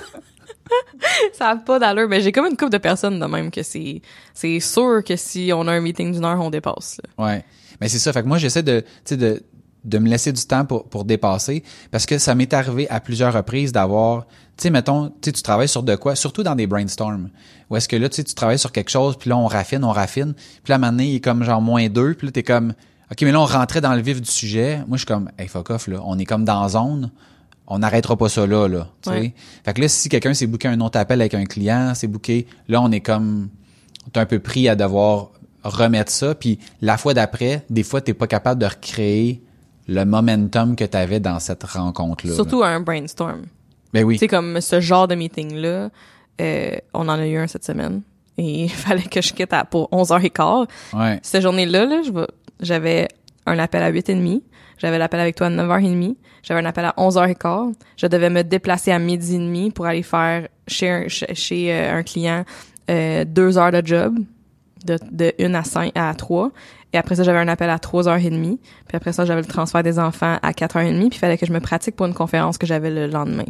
Ça n'a pas d'allure. Mais j'ai comme une couple de personnes de même que c'est sûr que si on a un meeting d'1 heure, on dépasse, là. Ouais. Mais c'est ça. Fait que moi, j'essaie de me laisser du temps pour dépasser parce que ça m'est arrivé à plusieurs reprises d'avoir, tu sais, mettons, tu travailles sur de quoi, surtout dans des brainstorms, où est-ce que là, tu travailles sur quelque chose, puis là, on raffine, puis là, à un moment donné, il est comme genre -2, puis là, t'es comme, OK, mais là, on rentrait dans le vif du sujet. Moi, je suis comme, hey, fuck off, là, on est comme dans zone, on n'arrêtera pas ça là, tu sais. Fait que là, si quelqu'un s'est booké un autre appel avec un client, c'est booké, là, on est comme, t'es un peu pris à devoir remettre ça, puis la fois d'après, des fois, t'es pas capable de recréer le momentum que tu avais dans cette rencontre-là. Surtout un brainstorm. Ben oui. Tu sais, comme ce genre de meeting-là, on en a eu un cette semaine. Et il fallait que je quitte pour 11h15. Ouais. Cette journée-là, j'avais un appel à 8h30. J'avais l'appel avec toi à 9h30. J'avais un appel à 11h15. Je devais me déplacer à 12h30 pour aller faire chez un client 2 heures de job. De 1 à 3. Et après ça, j'avais un appel à 3h30. Puis après ça, j'avais le transfert des enfants à 4h30. Puis il fallait que je me pratique pour une conférence que j'avais le lendemain.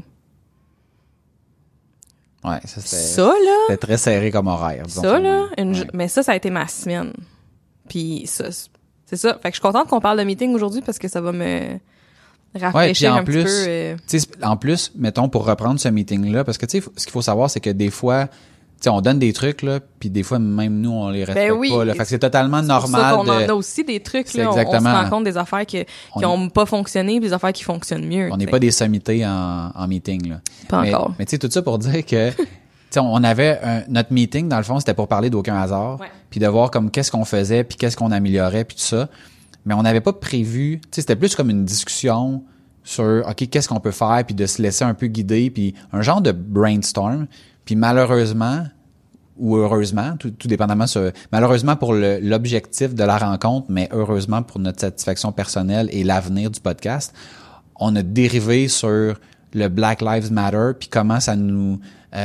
Ouais, c'était très serré comme horaire. Ça, là, mais ça a été ma semaine. Puis ça, c'est ça. Fait que je suis contente qu'on parle de meeting aujourd'hui parce que ça va me rafraîchir un petit peu. En plus, mettons, pour reprendre ce meeting-là, parce que, tu sais, ce qu'il faut savoir, c'est que des fois, tu sais, on donne des trucs, là, puis des fois, même nous, on les respecte pas, là. Fait que c'est totalement normal. On en a aussi des trucs, là. On se rend compte des affaires qui ont pas fonctionné, puis des affaires qui fonctionnent mieux. On n'est pas des sommités en meeting, là. Pas encore. Mais tu sais, tout ça pour dire que, tu sais, on avait notre meeting, dans le fond, c'était pour parler d'aucun hasard. Puis de voir comme qu'est-ce qu'on faisait, puis qu'est-ce qu'on améliorait, puis tout ça. Mais on n'avait pas prévu, tu sais, c'était plus comme une discussion sur, OK, qu'est-ce qu'on peut faire, puis de se laisser un peu guider, puis un genre de brainstorm. Puis malheureusement, ou heureusement, tout dépendamment malheureusement pour l'objectif de la rencontre, mais heureusement pour notre satisfaction personnelle et l'avenir du podcast, on a dérivé sur le Black Lives Matter, puis comment ça nous...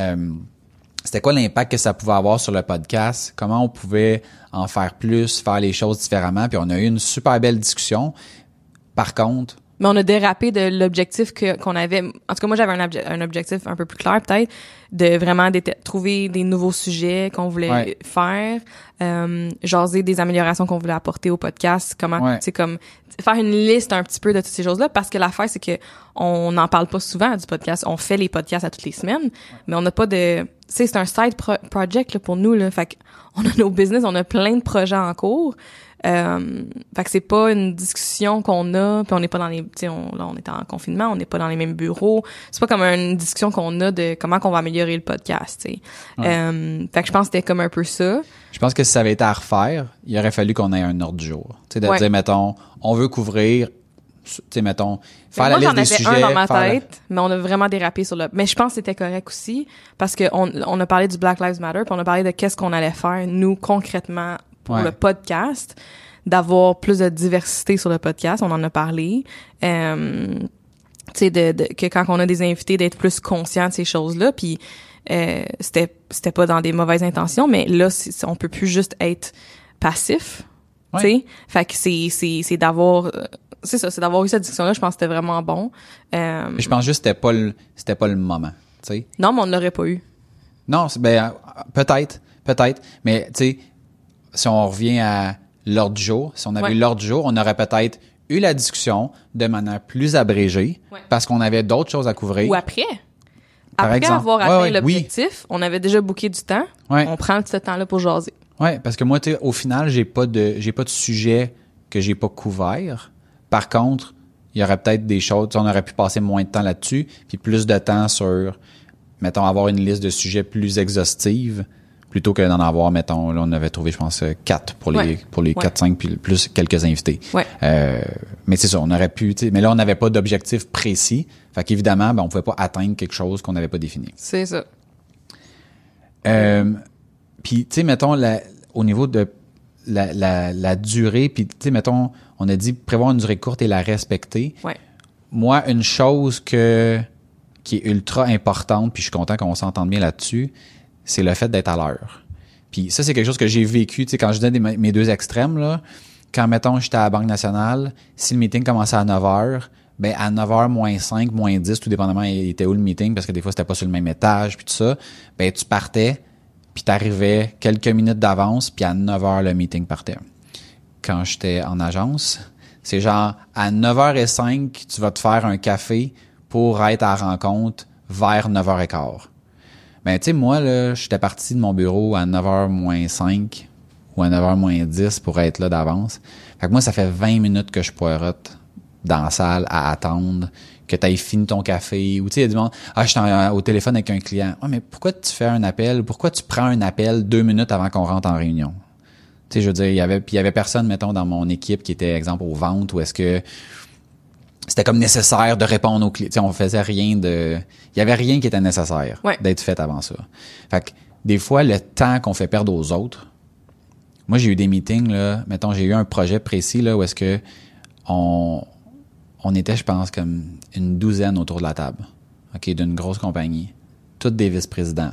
c'était quoi l'impact que ça pouvait avoir sur le podcast, comment on pouvait en faire plus, faire les choses différemment, puis on a eu une super belle discussion. Par contre... Mais on a dérapé de l'objectif qu'on avait. En tout cas, moi, j'avais un objectif un peu plus clair, peut-être, de vraiment trouver des nouveaux sujets qu'on voulait faire, jaser des améliorations qu'on voulait apporter au podcast, comment, tu sais, comme faire une liste un petit peu de toutes ces choses-là, parce que l'affaire, c'est que on n'en parle pas souvent du podcast. On fait les podcasts à toutes les semaines, mais on n'a pas de... Tu sais, c'est un side project là, pour nous, là. Fait qu'on a nos business, on a plein de projets en cours. Fait que c'est pas une discussion qu'on a, puis on n'est pas dans les, tu sais, là on est en confinement, on n'est pas dans les mêmes bureaux. C'est pas comme une discussion qu'on a de comment qu'on va améliorer le podcast, tu sais. Fait que je pense que c'était comme un peu ça. Je pense que si ça avait été à refaire, il aurait fallu qu'on ait un ordre du jour. Tu sais, de dire, mettons, on veut couvrir, tu sais, mettons, faire la liste des sujets. Moi, j'en avais un dans ma tête, mais on a vraiment dérapé sur le... Mais je pense que c'était correct aussi, parce que on a parlé du Black Lives Matter, puis on a parlé de qu'est-ce qu'on allait faire, nous, concrètement, pour le podcast, d'avoir plus de diversité sur le podcast, on en a parlé. Tu sais, que quand on a des invités, d'être plus conscient de ces choses-là, puis c'était pas dans des mauvaises intentions, mais là, on peut plus juste être passif, tu sais. Fait que c'est d'avoir... c'est ça, c'est d'avoir eu cette discussion-là, je pense que c'était vraiment bon. Je pense juste que c'était pas le moment, tu sais. Non, mais on ne l'aurait pas eu. Non, peut-être, mais tu sais, si on revient à l'ordre du jour, si on avait eu l'ordre du jour, on aurait peut-être eu la discussion de manière plus abrégée parce qu'on avait d'autres choses à couvrir. Ou après. Après avoir atteint l'objectif, on avait déjà booké du temps. On prend ce temps-là pour jaser. Ouais, parce que moi, tu sais, au final, j'ai pas de sujet que j'ai pas couvert. Par contre, il y aurait peut-être des choses, on aurait pu passer moins de temps là-dessus, puis plus de temps sur, mettons, avoir une liste de sujets plus exhaustive, plutôt que d'en avoir, mettons, là, on avait trouvé, je pense, 4 pour les 4-5, puis plus quelques invités. Mais c'est ça, on aurait pu, mais là, on n'avait pas d'objectif précis. Fait qu'évidemment, on pouvait pas atteindre quelque chose qu'on n'avait pas défini. C'est ça. Puis, tu sais, mettons, au niveau de la durée, puis, tu sais, mettons, on a dit prévoir une durée courte et la respecter. Moi, une chose qui est ultra importante, puis je suis content qu'on s'entende bien là-dessus, c'est le fait d'être à l'heure. Puis ça, c'est quelque chose que j'ai vécu, tu sais, quand je disais mes deux extrêmes, là, quand, mettons, j'étais à la Banque nationale, si le meeting commençait à 9h, à 9h moins 5, moins 10, tout dépendamment, il était où le meeting, parce que des fois, c'était pas sur le même étage, puis tout ça, tu partais, puis t'arrivais quelques minutes d'avance, puis à 9h, le meeting partait. Quand j'étais en agence, c'est genre, à 9h05, tu vas te faire un café pour être à la rencontre vers 9h15. Ben, tu sais, moi, là, j'étais parti de mon bureau à 9h moins 5 ou à 9h moins 10 pour être là d'avance. Fait que moi, ça fait 20 minutes que je poirote dans la salle à attendre que tu aies fini ton café. Ou tu sais, il y a du monde, je suis au téléphone avec un client. Mais pourquoi tu fais un appel? Pourquoi tu prends un appel 2 minutes avant qu'on rentre en réunion? Tu sais, je veux dire, il y avait personne, mettons, dans mon équipe qui était, exemple, aux ventes, ou est-ce que c'était comme nécessaire de répondre aux clients. Tu sais, on faisait rien il y avait rien qui était nécessaire d'être fait avant ça. Fait que, des fois, le temps qu'on fait perdre aux autres, moi, j'ai eu des meetings, là, mettons, j'ai eu un projet précis, là, où est-ce que on était, je pense, comme une douzaine autour de la table, OK, d'une grosse compagnie, toutes des vice-présidents.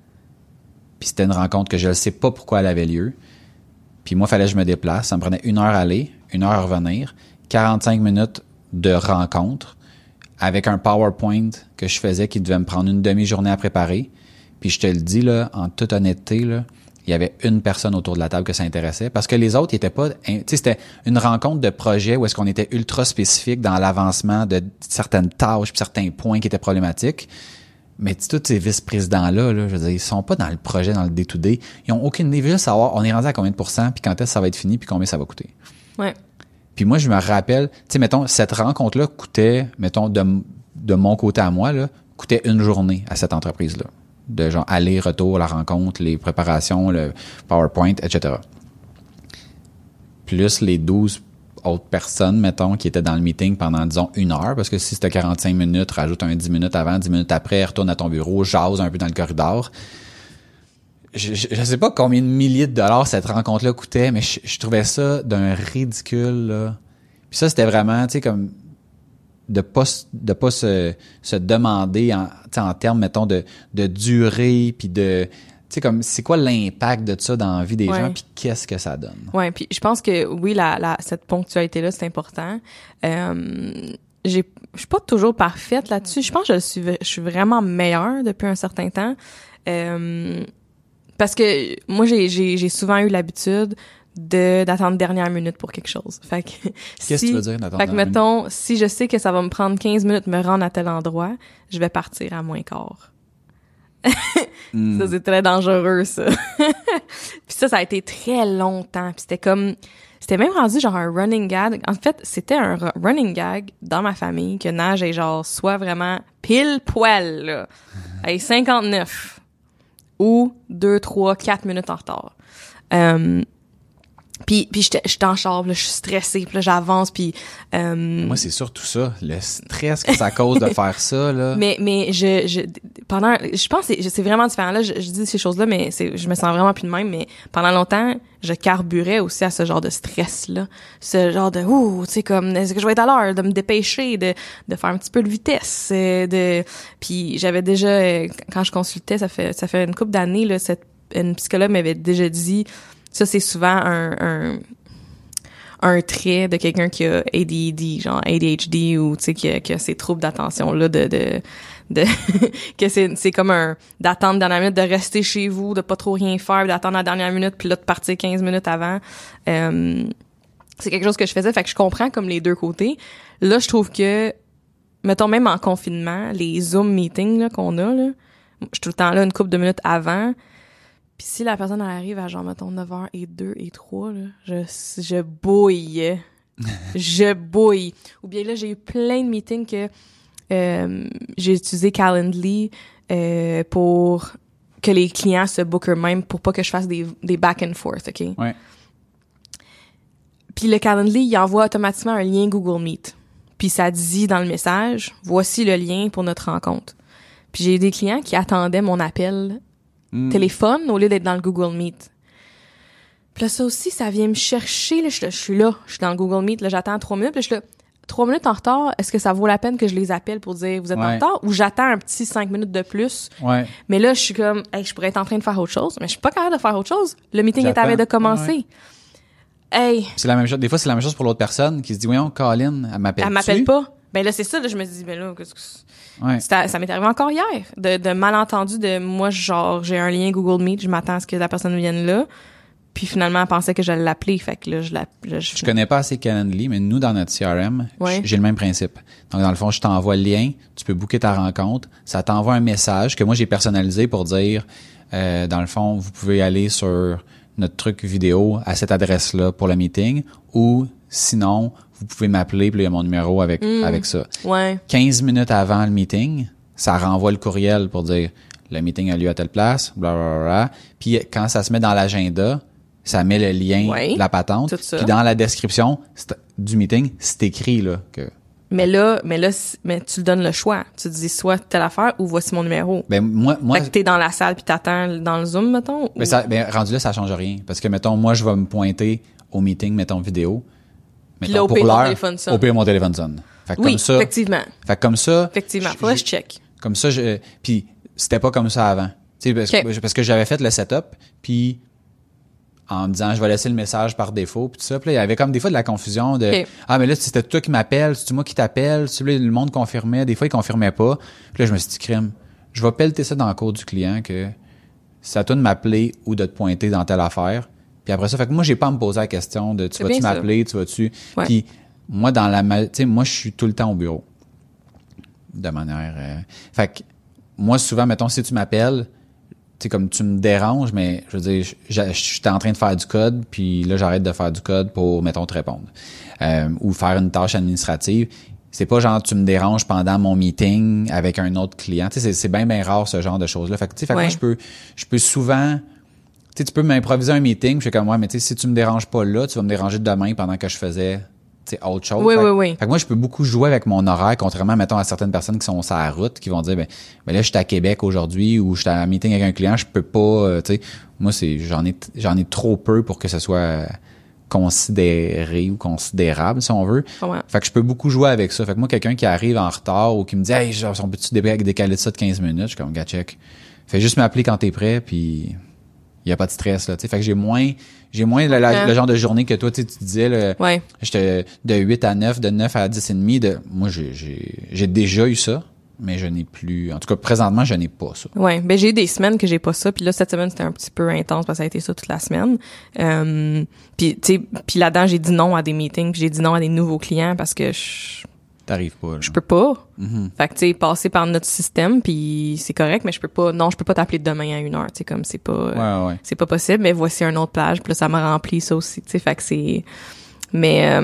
Puis c'était une rencontre que je ne sais pas pourquoi elle avait lieu. Puis moi, il fallait que je me déplace. Ça me prenait 1 heure à aller, 1 heure à revenir, 45 minutes de rencontre avec un PowerPoint que je faisais qui devait me prendre une demi-journée à préparer. Puis je te le dis, là, en toute honnêteté, là, il y avait une personne autour de la table que ça intéressait parce que les autres, ils étaient pas, tu sais, c'était une rencontre de projet où est-ce qu'on était ultra spécifique dans l'avancement de certaines tâches puis certains points qui étaient problématiques. Mais tous ces vice-présidents-là, là, je veux dire, ils sont pas dans le projet, dans le day-to-day. Ils ont aucune idée. Ils veulent juste savoir, on est rendu à combien de pourcents, puis quand est-ce que ça va être fini, puis combien ça va coûter. Ouais. Puis moi, je me rappelle, tu sais, mettons, cette rencontre-là coûtait, mettons, de mon côté à moi, là, coûtait une journée à cette entreprise-là. De genre aller, retour, la rencontre, les préparations, le PowerPoint, etc. Plus les 12 autres personnes, mettons, qui étaient dans le meeting pendant, disons, 1 heure, parce que si c'était 45 minutes, rajoute un 10 minutes avant, 10 minutes après, retourne à ton bureau, jase un peu dans le corridor. je sais pas combien de milliers de dollars cette rencontre-là coûtait, mais je trouvais ça d'un ridicule, là. Puis ça, c'était vraiment, tu sais, comme de pas se demander en termes, mettons, de durée, puis de, tu sais, comme, c'est quoi l'impact de ça dans la vie des gens, puis qu'est-ce que ça donne? Ouais, puis je pense que, oui, cette ponctualité-là, c'est important. Je suis pas toujours parfaite là-dessus. Je pense que je suis vraiment meilleure depuis un certain temps. Parce que moi, j'ai souvent eu l'habitude d'attendre dernière minute pour quelque chose. Fait que qu'est-ce que tu veux dire d'attendre? Fait que mettons, si je sais que ça va me prendre 15 minutes de me rendre à tel endroit, je vais partir à moins quart. Ça, c'est très dangereux, ça. Puis ça a été très longtemps. Puis c'était même rendu genre un running gag. En fait, c'était un running gag dans ma famille que Nage est genre soit vraiment pile poil, là, à 59 ou 2, 3, 4 minutes en retard. Puis j'étais en char, là, je suis stressée, puis là j'avance, puis moi c'est surtout ça, le stress que ça cause de faire ça là. Mais je pense que c'est vraiment différent là, je dis ces choses-là, mais je me sens vraiment plus de même, mais pendant longtemps, je carburais aussi à ce genre de stress là, ce genre de tu sais comme est-ce que je vais être à l'heure, de me dépêcher, de faire un petit peu de vitesse, puis j'avais déjà quand je consultais, ça fait une couple d'années là, une psychologue m'avait déjà dit. Ça, c'est souvent un trait de quelqu'un qui a ADD, genre ADHD, ou, tu sais, qui a ces troubles d'attention-là que c'est comme d'attendre dernière minute, de rester chez vous, de pas trop rien faire, d'attendre la dernière minute, puis là, de partir 15 minutes avant. C'est quelque chose que je faisais, fait que je comprends comme les deux côtés. Là, je trouve que, mettons, même en confinement, les Zoom meetings, là, qu'on a, là, je suis tout le temps là une couple de minutes avant. Puis si la personne elle arrive à genre, mettons, 9h02 et 3, là, je bouille. Je bouille. Ou bien là, j'ai eu plein de meetings que j'ai utilisé Calendly pour que les clients se bookent eux-mêmes pour pas que je fasse des back and forth, OK? Ouais. Puis le Calendly, il envoie automatiquement un lien Google Meet. Puis ça dit dans le message, voici le lien pour notre rencontre. Puis j'ai eu des clients qui attendaient mon appel téléphone au lieu d'être dans le Google Meet. Puis là, ça aussi, ça vient me chercher. Là, je suis là, je suis dans le Google Meet, là, j'attends 3 minutes. Puis là, je suis là, 3 minutes en retard, est-ce que ça vaut la peine que je les appelle pour dire vous êtes en retard? Ou j'attends un petit 5 minutes de plus? Ouais. Mais là, je suis comme, hey, je pourrais être en train de faire autre chose, mais je suis pas capable de faire autre chose. Le meeting est à veille de commencer. Hey. C'est la même chose. Des fois, c'est la même chose pour l'autre personne qui se dit, voyons, Colin, elle m'appelle pas. Ben là, c'est ça, là, je me dis, ben là, qu'est-ce que ça m'est arrivé encore hier, de malentendu de moi, genre, j'ai un lien Google Meet, je m'attends à ce que la personne vienne là, puis finalement, elle pensait que j'allais l'appeler, fait que là, je connais pas assez Calendly, mais nous, dans notre CRM, j'ai le même principe. Donc, dans le fond, je t'envoie le lien, tu peux booker ta rencontre, ça t'envoie un message que moi, j'ai personnalisé pour dire, dans le fond, vous pouvez aller sur notre truc vidéo à cette adresse-là pour le meeting, ou sinon, vous pouvez m'appeler, puis il y a mon numéro avec ça. Ouais. 15 minutes avant le meeting, ça renvoie le courriel pour dire le meeting a lieu à telle place, blablabla. Puis quand ça se met dans l'agenda, ça met le lien de la patente. Puis dans la description du meeting, c'est écrit là que. Mais tu le donnes le choix. Tu dis soit telle affaire ou voici mon numéro. Ben moi. Fait que t'es dans la salle puis t'attends dans le Zoom, mettons. Rendu là, ça change rien parce que mettons moi je vais me pointer au meeting, mettons vidéo. Puis là, au pire, mon téléphone sonne. Au pire, mon téléphone sonne. Fait que oui, comme ça, effectivement. Fait que comme ça. Effectivement. Faudrait que je check. Comme ça, puis c'était pas comme ça avant. Tu sais, parce que j'avais fait le setup, puis en me disant, je vais laisser le message par défaut, puis tout ça. Puis là, il y avait comme des fois de la confusion de, mais là, c'était toi qui m'appelles, c'est moi qui t'appelle. Le monde confirmait, des fois, il confirmait pas. Puis là, je me suis dit, crime, je vais pelleter ça dans le cours du client que c'est à toi de m'appeler ou de te pointer dans telle affaire. Puis après ça, fait que moi, j'ai pas à me poser la question de tu vas-tu m'appeler, tu vas-tu. Ouais. Puis moi, tu sais, moi, je suis tout le temps au bureau. De manière. Fait que moi, souvent, mettons, si tu m'appelles, tu sais, comme tu me déranges, mais je veux dire, je suis en train de faire du code, puis là, j'arrête de faire du code pour, mettons, te répondre. Ou faire une tâche administrative. C'est pas genre tu me déranges pendant mon meeting avec un autre client. Tu sais, c'est bien rare ce genre de choses-là. Fait que tu sais, moi, je peux souvent. Tu sais, tu peux m'improviser un meeting, je fais comme, ouais, mais tu sais, si tu me déranges pas là, tu vas me déranger demain pendant que je faisais autre chose. Oui. Fait que moi, je peux beaucoup jouer avec mon horaire, contrairement, mettons, à certaines personnes qui sont sur la route, qui vont dire, ben là, je suis à Québec aujourd'hui ou je suis à un meeting avec un client, je peux pas, moi, j'en ai trop peu pour que ce soit considéré ou considérable, si on veut. Ouais. Fait que je peux beaucoup jouer avec ça. Fait que moi, quelqu'un qui arrive en retard ou qui me dit, hey, on peut-tu décaler ça de 15 minutes? Je suis comme, gars, check. Fais juste m'appeler quand t'es prêt, puis il y a pas de stress, là, tu sais. Fait que j'ai moins le genre de journée que toi, tu disais, là, j'étais de 8 à 9, de 9 à 10 et demi, moi, j'ai déjà eu ça, mais je n'ai plus, en tout cas, présentement, je n'ai pas ça. Ouais. Ben, j'ai eu des semaines que j'ai pas ça, puis là, cette semaine, c'était un petit peu intense parce que ça a été ça toute la semaine. Puis, tu sais, puis là-dedans, j'ai dit non à des meetings, puis j'ai dit non à des nouveaux clients parce que T'arrives pas, là. Je peux pas. Mm-hmm. Fait que, tu sais, passer par notre système, puis c'est correct, mais je peux pas t'appeler demain à 1h, tu sais, comme c'est pas, c'est pas possible, mais voici un autre plage, puis là, ça m'a rempli ça aussi, tu sais, fait que c'est, mais,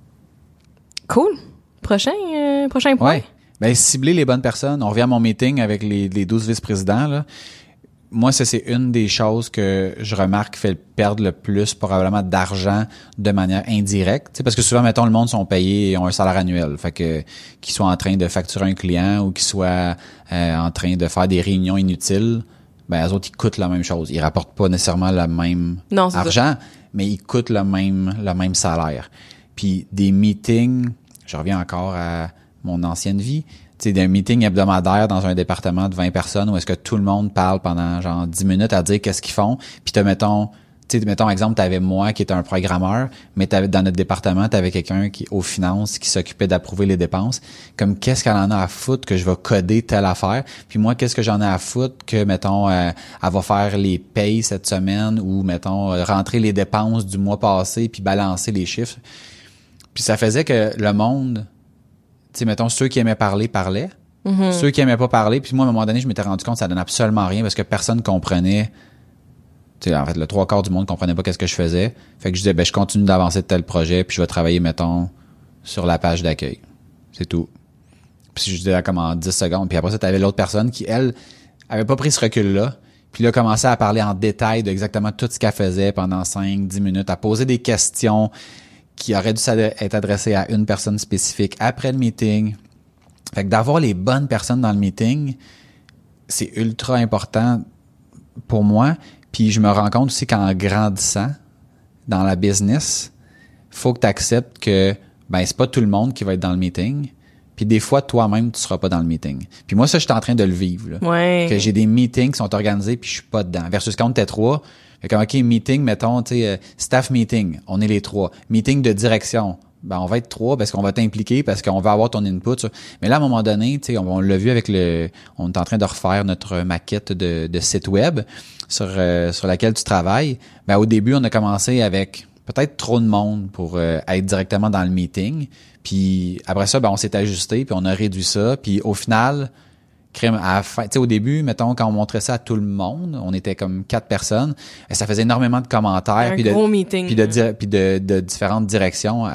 cool. Prochain point. Ouais. Ben, cibler les bonnes personnes. On revient à mon meeting avec les 12 vice-présidents, là. Moi, ça, c'est une des choses que je remarque fait perdre le plus probablement d'argent de manière indirecte. Tu sais, parce que souvent, mettons, le monde sont payés et ont un salaire annuel. Fait que qu'ils soient en train de facturer un client ou qu'ils soient en train de faire des réunions inutiles, ben eux autres, ils coûtent la même chose. Ils rapportent pas nécessairement le même argent, mais ils coûtent le même salaire. Puis des meetings, je reviens encore à mon ancienne vie, tu sais, d'un meeting hebdomadaire dans un département de 20 personnes où est-ce que tout le monde parle pendant genre 10 minutes à dire qu'est-ce qu'ils font, puis mettons exemple, t'avais moi qui était un programmeur, mais dans notre département, t'avais quelqu'un qui aux finances qui s'occupait d'approuver les dépenses. Comme qu'est-ce qu'elle en a à foutre que je vais coder telle affaire, puis moi qu'est-ce que j'en ai à foutre que mettons elle va faire les payes cette semaine ou mettons rentrer les dépenses du mois passé puis balancer les chiffres. Puis ça faisait que le monde, tu sais, mettons, ceux qui aimaient parler, parlaient. Mm-hmm. Ceux qui aimaient pas parler. Puis moi, à un moment donné, je m'étais rendu compte que ça donnait absolument rien parce que personne comprenait. Tu sais, en fait, le 3/4 du monde comprenait pas qu'est-ce que je faisais. Fait que je disais, ben, je continue d'avancer de tel projet puis je vais travailler, mettons, sur la page d'accueil. C'est tout. Puis je disais comme en 10 secondes. Puis après ça, t'avais l'autre personne qui, elle, avait pas pris ce recul-là. Puis là, commençait à parler en détail de exactement tout ce qu'elle faisait pendant 5-10 minutes, à poser des questions qui aurait dû être adressé à une personne spécifique après le meeting. Fait que d'avoir les bonnes personnes dans le meeting, c'est ultra important pour moi. Puis je me rends compte aussi qu'en grandissant dans la business, faut que tu acceptes que ben c'est pas tout le monde qui va être dans le meeting. Puis des fois, toi-même, tu seras pas dans le meeting. Puis moi, ça, je suis en train de le vivre. Là. Ouais. Que j'ai des meetings qui sont organisés puis je suis pas dedans. Versus quand on était 3, fait comme, OK, meeting, mettons, tu sais, staff meeting, on est les 3. Meeting de direction, ben on va être 3 parce qu'on va t'impliquer, parce qu'on va avoir ton input. Ça. Mais là, à un moment donné, tu sais, on l'a vu avec on est en train de refaire notre maquette de site web sur laquelle tu travailles. Ben au début, on a commencé avec peut-être trop de monde pour être directement dans le meeting. Puis après ça, ben on s'est ajusté, puis on a réduit ça. Puis au final, à la fin, tu sais, au début, mettons, quand on montrait ça à tout le monde, on était comme 4 personnes, et ça faisait énormément de commentaires, puis de différentes directions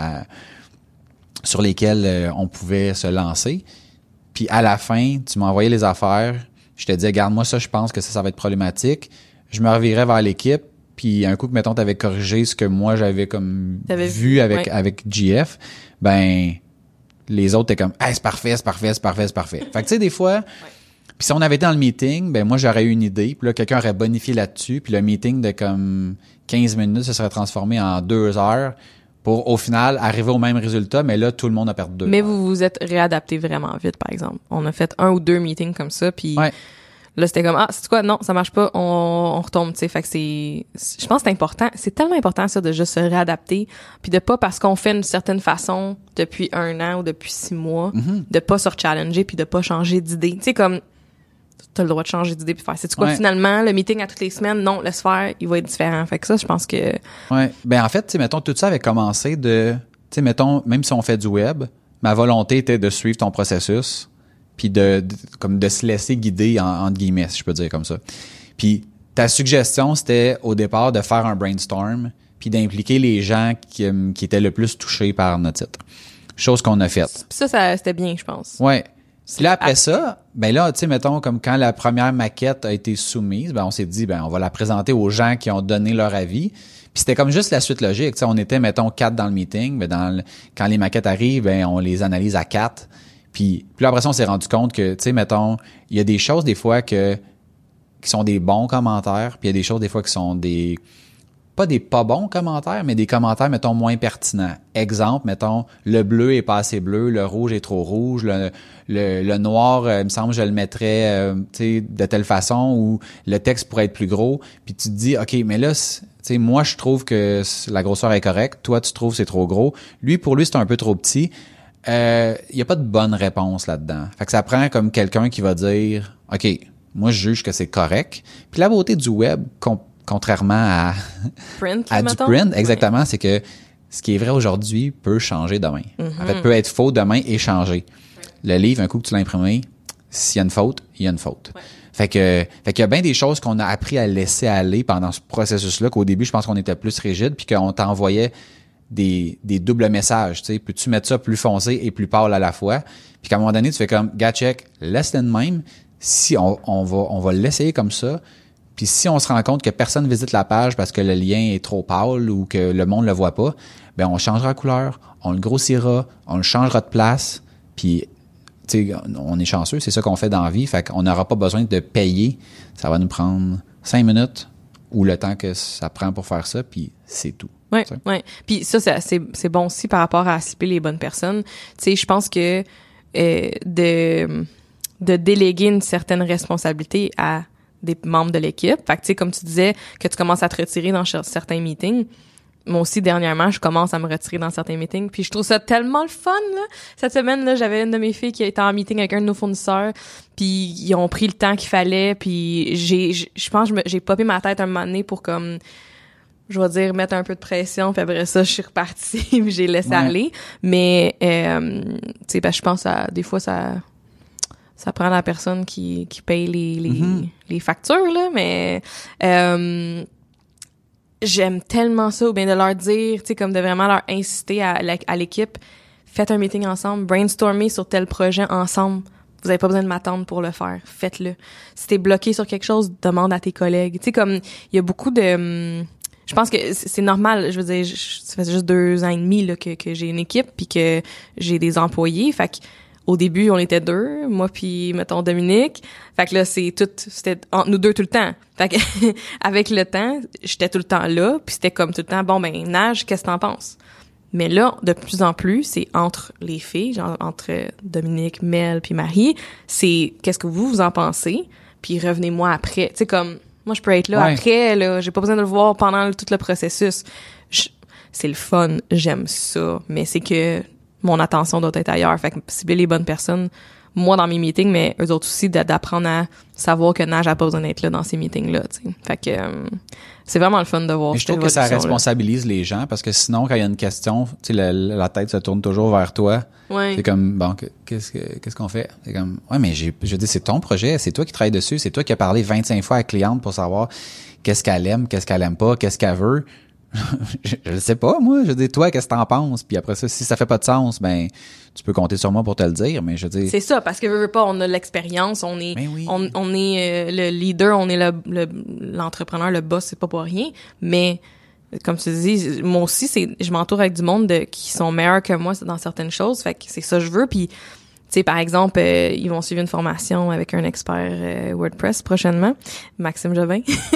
sur lesquelles on pouvait se lancer. Puis à la fin, tu m'as envoyé les affaires, je te disais, garde-moi ça, je pense que ça va être problématique. Je me revirais vers l'équipe, puis un coup que, mettons, t'avais corrigé ce que moi j'avais comme vu avec GF, ben les autres étaient comme, hey, c'est parfait. Fait que tu sais, des fois, puis si on avait été dans le meeting, ben moi j'aurais eu une idée, puis là quelqu'un aurait bonifié là-dessus, puis le meeting de comme 15 minutes se serait transformé en 2 heures pour au final arriver au même résultat, mais là tout le monde a perdu 2 heures. Mais vous vous êtes réadapté vraiment vite, par exemple. On a fait 1 ou 2 meetings comme ça, puis là c'était comme c'est quoi, non, ça marche pas, on retombe, tu sais. Fait que je pense que c'est important, c'est tellement important ça de juste se réadapter, puis de pas parce qu'on fait une certaine façon depuis 1 an ou depuis 6 mois, de pas se rechallenger puis de pas changer d'idée. Tu sais, comme t'as le droit de changer d'idée puis faire, c'est quoi finalement le meeting à toutes les semaines, non, laisse faire, il va être différent. Fait que ça, je pense que ben en fait, tu sais, mettons, tout ça avait commencé de, tu sais, mettons, même si on fait du web, ma volonté était de suivre ton processus puis de se laisser guider entre guillemets, si je peux dire comme ça. Puis ta suggestion, c'était au départ de faire un brainstorm puis d'impliquer les gens qui étaient le plus touchés par notre titre. Chose qu'on a faite. Puis ça c'était bien, je pense. Ouais. Puis là, après ça, ben là, tu sais, mettons, comme quand la première maquette a été soumise, ben on s'est dit, ben on va la présenter aux gens qui ont donné leur avis. c'était comme juste la suite logique. T'sais, on était, mettons, 4 dans le meeting, mais quand les maquettes arrivent, ben on les analyse à 4. Puis là, après ça, on s'est rendu compte que, tu sais, mettons, il y a des choses des fois qui sont des bons commentaires, puis il y a des choses des fois qui sont pas des pas bons commentaires, mais des commentaires, mettons, moins pertinents. Exemple, mettons, le bleu est pas assez bleu, le rouge est trop rouge, le noir, il me semble, je le mettrais, tu sais, de telle façon, ou le texte pourrait être plus gros. Puis tu te dis, OK, mais là, tu sais, moi, je trouve que la grosseur est correcte. Toi, tu trouves que c'est trop gros. Pour lui, c'est un peu trop petit. Il y a pas de bonne réponse là-dedans. Fait que ça prend comme quelqu'un qui va dire, OK, moi, je juge que c'est correct. Puis la beauté du web, contrairement à du print, exactement, ouais. C'est que ce qui est vrai aujourd'hui peut changer demain. En fait, peut être faux demain et changer. Le livre, un coup que tu l'as imprimé, s'il y a une faute, il y a une faute. Ouais. Fait que il y a bien des choses qu'on a appris à laisser aller pendant ce processus-là, qu'au début, je pense qu'on était plus rigide, puis qu'on t'envoyait des doubles messages, tu sais, peux-tu mettre ça plus foncé et plus pâle à la fois? Puis qu'à un moment donné, tu fais comme, gars, check, laisse-le de même. Si on va l'essayer comme ça, puis si on se rend compte que personne visite la page parce que le lien est trop pâle ou que le monde le voit pas, ben on changera la couleur, on le grossira, on le changera de place, puis tu sais, on est chanceux, c'est ça qu'on fait dans la vie, fait qu'on n'aura pas besoin de payer, ça va nous prendre 5 minutes ou le temps que ça prend pour faire ça, puis c'est tout. Ouais, ouais. Puis ça, c'est bon aussi par rapport à cibler les bonnes personnes. Tu sais, je pense que de déléguer une certaine responsabilité à des membres de l'équipe. Fait que, tu sais, comme tu disais, que tu commences à te retirer dans certains meetings. Moi aussi, dernièrement, je commence à me retirer dans certains meetings. Puis je trouve ça tellement le fun, là. Cette semaine, là, j'avais une de mes filles qui était en meeting avec un de nos fournisseurs. Puis ils ont pris le temps qu'il fallait. Puis je pense que j'ai popé ma tête un moment donné pour comme, je vais dire, mettre un peu de pression. Puis après ça, je suis repartie. Puis j'ai laissé aller. Mais, tu sais, ben, je pense à, des fois, ça prend la personne qui paye les factures, là, mais j'aime tellement ça, ou bien de leur dire, tu sais, comme de vraiment leur inciter à l'équipe, faites un meeting ensemble, brainstormez sur tel projet ensemble. Vous avez pas besoin de m'attendre pour le faire. Faites-le. Si t'es bloqué sur quelque chose, demande à tes collègues. Tu sais, comme, il y a beaucoup de... je pense que c'est normal. Je veux dire, ça fait juste 2 ans et demi, là, que j'ai une équipe puis que j'ai des employés. Fait que, au début, on était 2, moi puis mettons Dominique. Fait que là, c'était entre nous 2 tout le temps. Fait que avec le temps, j'étais tout le temps là, puis c'était comme tout le temps, bon ben Nage, qu'est-ce que t'en penses? Mais là, de plus en plus, c'est entre les filles, genre entre Dominique, Mel puis Marie, c'est qu'est-ce que vous en pensez? Puis revenez-moi après. Tu sais, comme moi je peux être là après, là, j'ai pas besoin de le voir pendant tout le processus. C'est le fun, j'aime ça, mais c'est que mon attention doit être ailleurs. Fait que cibler les bonnes personnes, moi dans mes meetings, mais eux autres aussi, d'apprendre à savoir que Nage a pas besoin d'être là dans ces meetings-là, tu sais. Fait que c'est vraiment le fun de voir. Mais je trouve que ça responsabilise les gens, parce que sinon, quand il y a une question, tu sais, la tête se tourne toujours vers toi. Ouais. C'est comme, bon, qu'est-ce qu'on fait? C'est comme, ouais, mais je dis, c'est ton projet, c'est toi qui travailles dessus, c'est toi qui as parlé 25 fois à la cliente pour savoir qu'est-ce qu'elle aime pas, qu'est-ce qu'elle veut. je le sais pas, moi. Je dis, toi, qu'est-ce que t'en penses? Puis après ça, si ça fait pas de sens, ben, tu peux compter sur moi pour te le dire, mais je dis. C'est ça, parce que veux pas, on a l'expérience, on est, oui. on est le leader, on est l'entrepreneur, le boss, c'est pas pour rien. Mais, comme tu dis, moi aussi, je m'entoure avec du monde qui sont meilleurs que moi dans certaines choses. Fait que c'est ça que je veux. Puis, tu sais, par exemple, ils vont suivre une formation avec un expert WordPress prochainement, Maxime Jovin.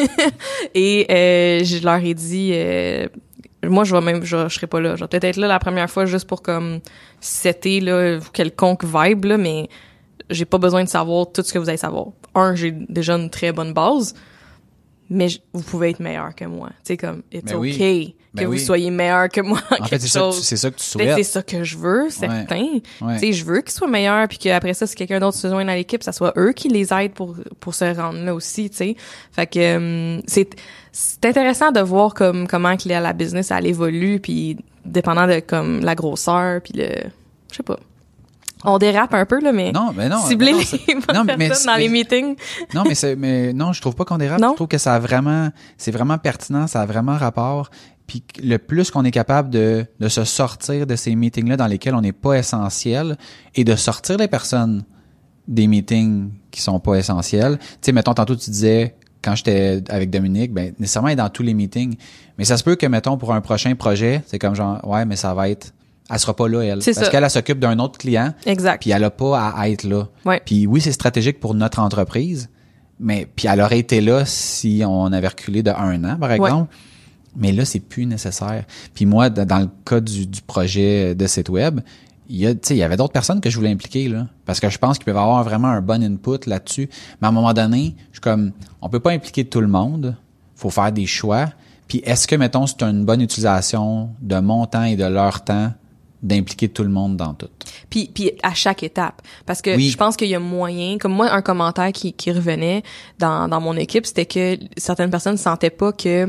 Et je leur ai dit, moi, je serai pas là. Je vais peut-être être là la première fois juste pour comme setter là quelconque vibe là, mais j'ai pas besoin de savoir tout ce que vous allez savoir. J'ai déjà une très bonne base, mais vous pouvez être meilleur que moi. Tu sais, comme it's okay que vous soyez meilleur que moi en quelque chose. C'est ça que tu souhaites. C'est ça que je veux, certain. Ouais. Tu sais, je veux qu'ils soient meilleurs, puis qu'après ça, si quelqu'un d'autre se joint à l'équipe, ça soit eux qui les aident pour se rendre là aussi, tu sais. Fait que c'est intéressant de voir comment que la business elle évolue, puis dépendant de comme la grosseur, puis je sais pas. On dérape un peu là, mais cibler les bonnes personnes dans les meetings. Non, mais non, je trouve pas qu'on dérape. Je trouve que c'est vraiment pertinent, ça a vraiment rapport. Puis le plus qu'on est capable de se sortir de ces meetings-là dans lesquels on n'est pas essentiel et de sortir les personnes des meetings qui sont pas essentiels. Tu sais, mettons, tantôt tu disais, quand j'étais avec Dominique, ben nécessairement elle est dans tous les meetings. Mais ça se peut que, mettons, pour un prochain projet, c'est comme genre, ouais, mais ça va être... Elle sera pas là, elle. C'est parce ça. qu'elle s'occupe d'un autre client. Exact. Puis elle a pas à être là. Ouais. Puis oui, c'est stratégique pour notre entreprise, mais puis elle aurait été là si on avait reculé de 1 an, par exemple. Mais là, c'est plus nécessaire. Puis moi, dans le cas du projet de site web, il y avait d'autres personnes que je voulais impliquer, là. Parce que je pense qu'ils peuvent avoir vraiment un bon input là-dessus. Mais à un moment donné, je suis comme, on peut pas impliquer tout le monde. Faut faire des choix. Puis est-ce que, mettons, c'est une bonne utilisation de mon temps et de leur temps d'impliquer tout le monde dans tout? Puis à chaque étape. Parce que oui. Je pense qu'il y a moyen, comme moi, un commentaire qui revenait dans mon équipe, c'était que certaines personnes ne sentaient pas que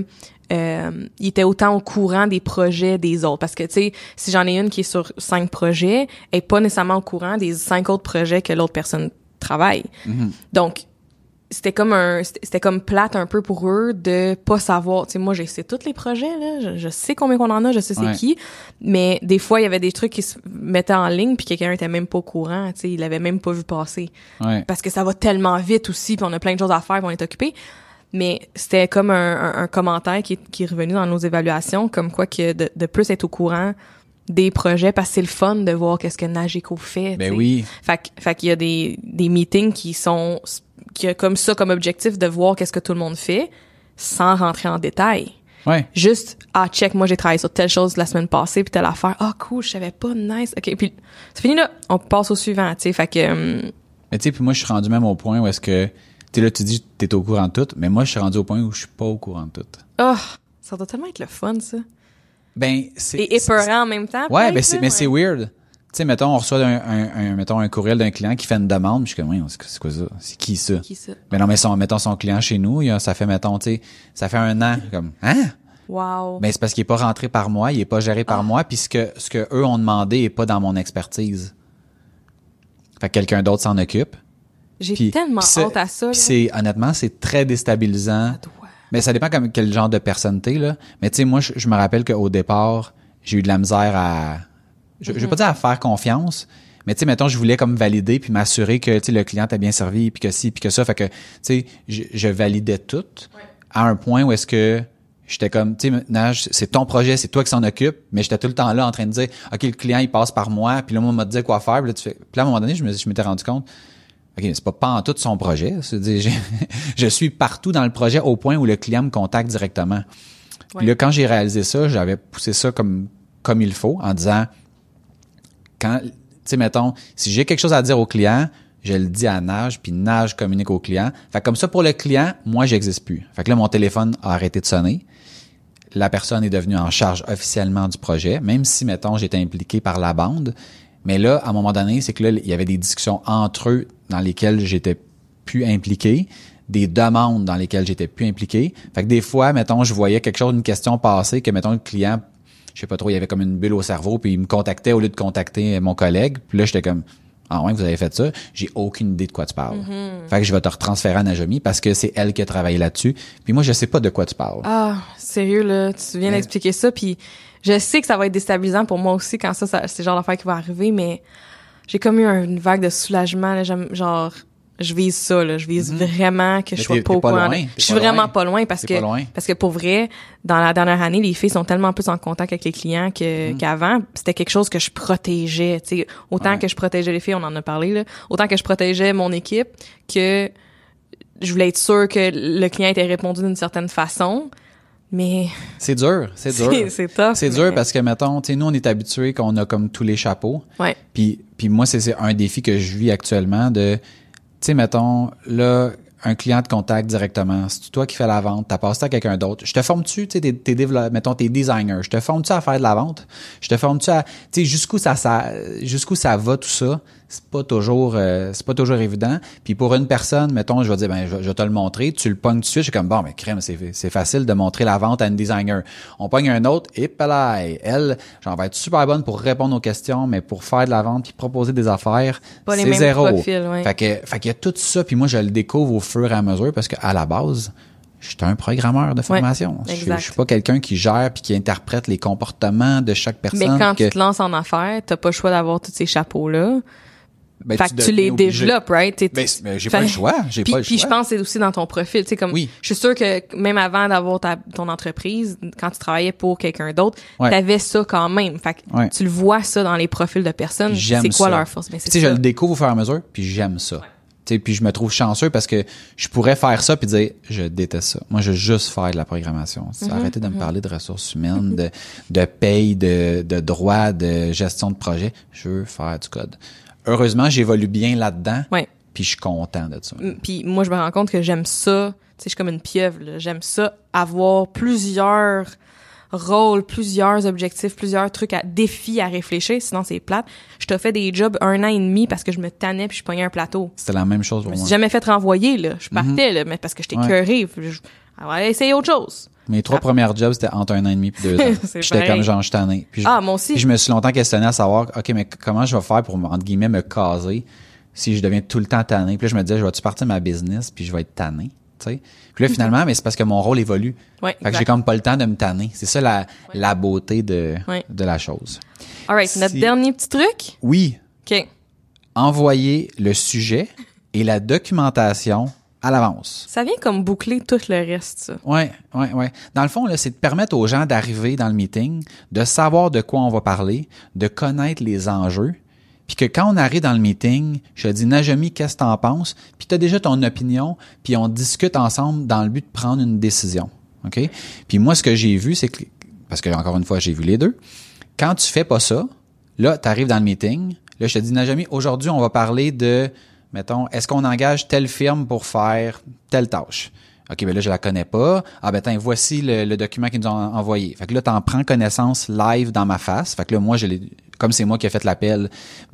ils étaient autant au courant des projets des autres. Parce que, tu sais, si j'en ai une qui est sur 5 projets, elle est pas nécessairement au courant des 5 autres projets que l'autre personne travaille. Mm-hmm. Donc, c'était comme plate un peu pour eux de pas savoir. Tu sais, moi, je sais tous les projets, là. Je sais combien qu'on en a, je sais c'est qui. Mais des fois, il y avait des trucs qui se mettaient en ligne puis quelqu'un était même pas au courant. Tu sais, il l'avait même pas vu passer. Ouais. Parce que ça va tellement vite aussi puis on a plein de choses à faire puis on est occupé. Mais c'était comme un commentaire qui est revenu dans nos évaluations, comme quoi que de plus être au courant des projets, parce que c'est le fun de voir qu'est-ce que Nageco fait. Ben t'sais. oui. Fait qu'il y a des meetings qui a comme ça comme objectif de voir qu'est-ce que tout le monde fait, sans rentrer en détail. Ouais. Juste, check, moi j'ai travaillé sur telle chose la semaine passée, puis telle affaire. Cool, je savais pas, nice. OK, puis c'est fini là, on passe au suivant, tu sais. Fait que... Mais tu sais, puis moi, je suis rendu même au point où est-ce que... Tu sais, là, tu dis que t'es au courant de tout, mais moi, je suis rendu au point où je suis pas au courant de tout. Ça doit tellement être le fun, ça. Ben, c'est... Et épeurant en même temps. Ouais, ben c'est weird. Tu sais, mettons, on reçoit un courriel d'un client qui fait une demande, puis je suis comme, oui, c'est quoi ça? C'est qui ça? Mais non, mais mettons son client chez nous, ça fait, mettons, tu sais, ça fait 1 an, comme, hein? Wow. Ben, c'est parce qu'il est pas rentré par moi, il est pas géré par moi, puis ce que eux ont demandé est pas dans mon expertise. Fait que quelqu'un d'autre s'en occupe. J'ai tellement hâte à ça. Puis honnêtement, c'est très déstabilisant. Mais ça dépend comme quel genre de personne t'es, là. Mais tu sais, moi, je me rappelle qu'au départ, j'ai eu de la misère à... Je vais pas dire à faire confiance, mais tu sais, mettons, je voulais comme valider puis m'assurer que, tu sais, le client t'a bien servi, puis que ci, puis que ça. Fait que, tu sais, je validais tout à un point où est-ce que j'étais comme, tu sais, Nage, c'est ton projet, c'est toi qui s'en occupe, mais j'étais tout le temps là en train de dire, OK, le client, il passe par moi, puis là, moi, on m'a dit quoi faire, puis là, à un moment donné, je m'étais rendu compte, OK, mais c'est pas en tout son projet. C'est-à-dire, je suis partout dans le projet au point où le client me contacte directement. Puis là, quand j'ai réalisé ça, j'avais poussé ça comme il faut, en disant, tu sais, mettons, si j'ai quelque chose à dire au client, je le dis à Nage, puis Nage communique au client. Fait que comme ça, pour le client, moi, j'existe plus. Fait que là, mon téléphone a arrêté de sonner. La personne est devenue en charge officiellement du projet, même si, mettons, j'étais impliqué par la bande. Mais là, à un moment donné, c'est que là, il y avait des discussions entre eux dans lesquelles j'étais plus impliqué, des demandes dans lesquelles j'étais plus impliqué. Fait que des fois, mettons, je voyais quelque chose, une question passer, que, mettons, le client, je sais pas trop, il y avait comme une bulle au cerveau, puis il me contactait au lieu de contacter mon collègue. Puis là, j'étais comme, ah ouais, vous avez fait ça? J'ai aucune idée de quoi tu parles. Mm-hmm. Fait que je vais te retransférer à Najomi parce que c'est elle qui a travaillé là-dessus. Puis moi, je sais pas de quoi tu parles. Sérieux, là, tu viens d'expliquer ça, puis je sais que ça va être déstabilisant pour moi aussi quand ça c'est le genre d'affaire qui va arriver, mais j'ai comme eu une vague de soulagement, là, genre, je vise ça, là, je vise vraiment que je sois pas au courant. Je suis vraiment pas loin parce que pour vrai, dans la dernière année, les filles sont tellement plus en contact avec les clients qu'avant. C'était quelque chose que je protégeais, tu sais, autant que je protégeais les filles, on en a parlé, là, autant que je protégeais mon équipe, que je voulais être sûre que le client était répondu d'une certaine façon. Mais c'est dur. C'est tough. C'est dur parce que, mettons, tu sais, nous, on est habitués qu'on a comme tous les chapeaux. Ouais. Puis moi, c'est un défi que je vis actuellement de, tu sais, mettons, là, un client te contacte directement. C'est toi qui fais la vente, t'as passé à quelqu'un d'autre. Je te forme-tu, tu sais, mettons, tes designers. Je te forme-tu à faire de la vente? Je te forme-tu à, tu sais, jusqu'où ça va, tout ça? C'est pas toujours évident. Puis pour une personne, mettons, je vais dire, je vais te le montrer. Tu le pognes tout de suite. Je suis comme, bon, mais crème, c'est facile de montrer la vente à une designer. On pogne un autre, et là, elle, j'en vais être super bonne pour répondre aux questions, mais pour faire de la vente puis proposer des affaires, pas c'est zéro. Profils, ouais. Fait qu'il y a tout ça. Puis moi, je le découvre au fur et à mesure parce qu'à la base, je suis un programmeur de formation. Je suis pas quelqu'un qui gère puis qui interprète les comportements de chaque personne. Mais quand tu te lances en affaires, t'as pas le choix d'avoir tous ces chapeaux-là. Ben, fait que tu les développes, right? J'ai pas le choix. Puis je pense que c'est aussi dans ton profil. Tu sais, comme, oui. Je suis sûre que même avant d'avoir ton entreprise, quand tu travaillais pour quelqu'un d'autre, t'avais ça quand même. Fait que tu le vois ça dans les profils de personnes. C'est quoi leur force? Ben, tu sais, je le découvre au fur et à mesure, puis j'aime ça. Puis je me trouve chanceux parce que je pourrais faire ça puis dire je déteste ça. Moi, je veux juste faire de la programmation. Arrêtez de me parler de ressources humaines, de paye, de droit, de gestion de projet. Je veux faire du code. Heureusement, j'évolue bien là-dedans. Puis je suis content de ça. Puis moi, je me rends compte que j'aime ça. Tu sais, je suis comme une pieuvre, là. J'aime ça, avoir plusieurs rôles, plusieurs objectifs, plusieurs défis à réfléchir, sinon c'est plate. Je t'ai fait des jobs 1 an et demi parce que je me tannais puis je pognais un plateau. C'était la même chose pour moi. Je me suis jamais fait renvoyer, là. Je partais, là, mais parce que j'étais écœurée. On va essayer autre chose. Mes 3 premières jobs, c'était entre 1 an et demi puis 2 ans. J'étais comme genre, je tannais. Moi aussi. Puis je me suis longtemps questionné à savoir, OK, mais comment je vais faire pour, entre guillemets, me caser si je deviens tout le temps tanné? Puis là, je me disais, je vais-tu partir ma business puis je vais être tanné? T'sais. Puis là, finalement, mais c'est parce que mon rôle évolue. Fait que j'ai comme pas le temps de me tanner. C'est ça la beauté de la chose. All right. Notre dernier petit truc? Oui. OK. Envoyer le sujet et la documentation à l'avance. Ça vient comme boucler tout le reste, ça. Ouais. Dans le fond, là, c'est de permettre aux gens d'arriver dans le meeting, de savoir de quoi on va parler, de connaître les enjeux. Puis que quand on arrive dans le meeting, je te dis, Najami, qu'est-ce que t'en penses? Puis t'as déjà ton opinion, puis on discute ensemble dans le but de prendre une décision. OK? Puis moi, ce que j'ai vu, c'est que, parce que encore une fois, j'ai vu les deux, quand tu fais pas ça, là, t'arrives dans le meeting, là, je te dis, Najami, aujourd'hui, on va parler de, mettons, est-ce qu'on engage telle firme pour faire telle tâche? OK, ben là, je la connais pas. Ah, ben, tiens, voici le document qu'ils nous ont envoyé. Fait que là, t'en prends connaissance live dans ma face. Fait que là, moi, comme c'est moi qui ai fait l'appel,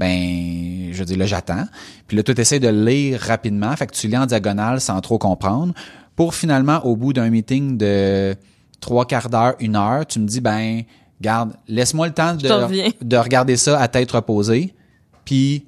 ben, je dis là, j'attends. Puis là, tu essaies de le lire rapidement. Fait que tu lis en diagonale sans trop comprendre. Pour finalement, au bout d'un meeting de 3/4 d'heure, 1 heure, tu me dis, ben, garde, laisse-moi le temps de regarder ça à tête reposée. Puis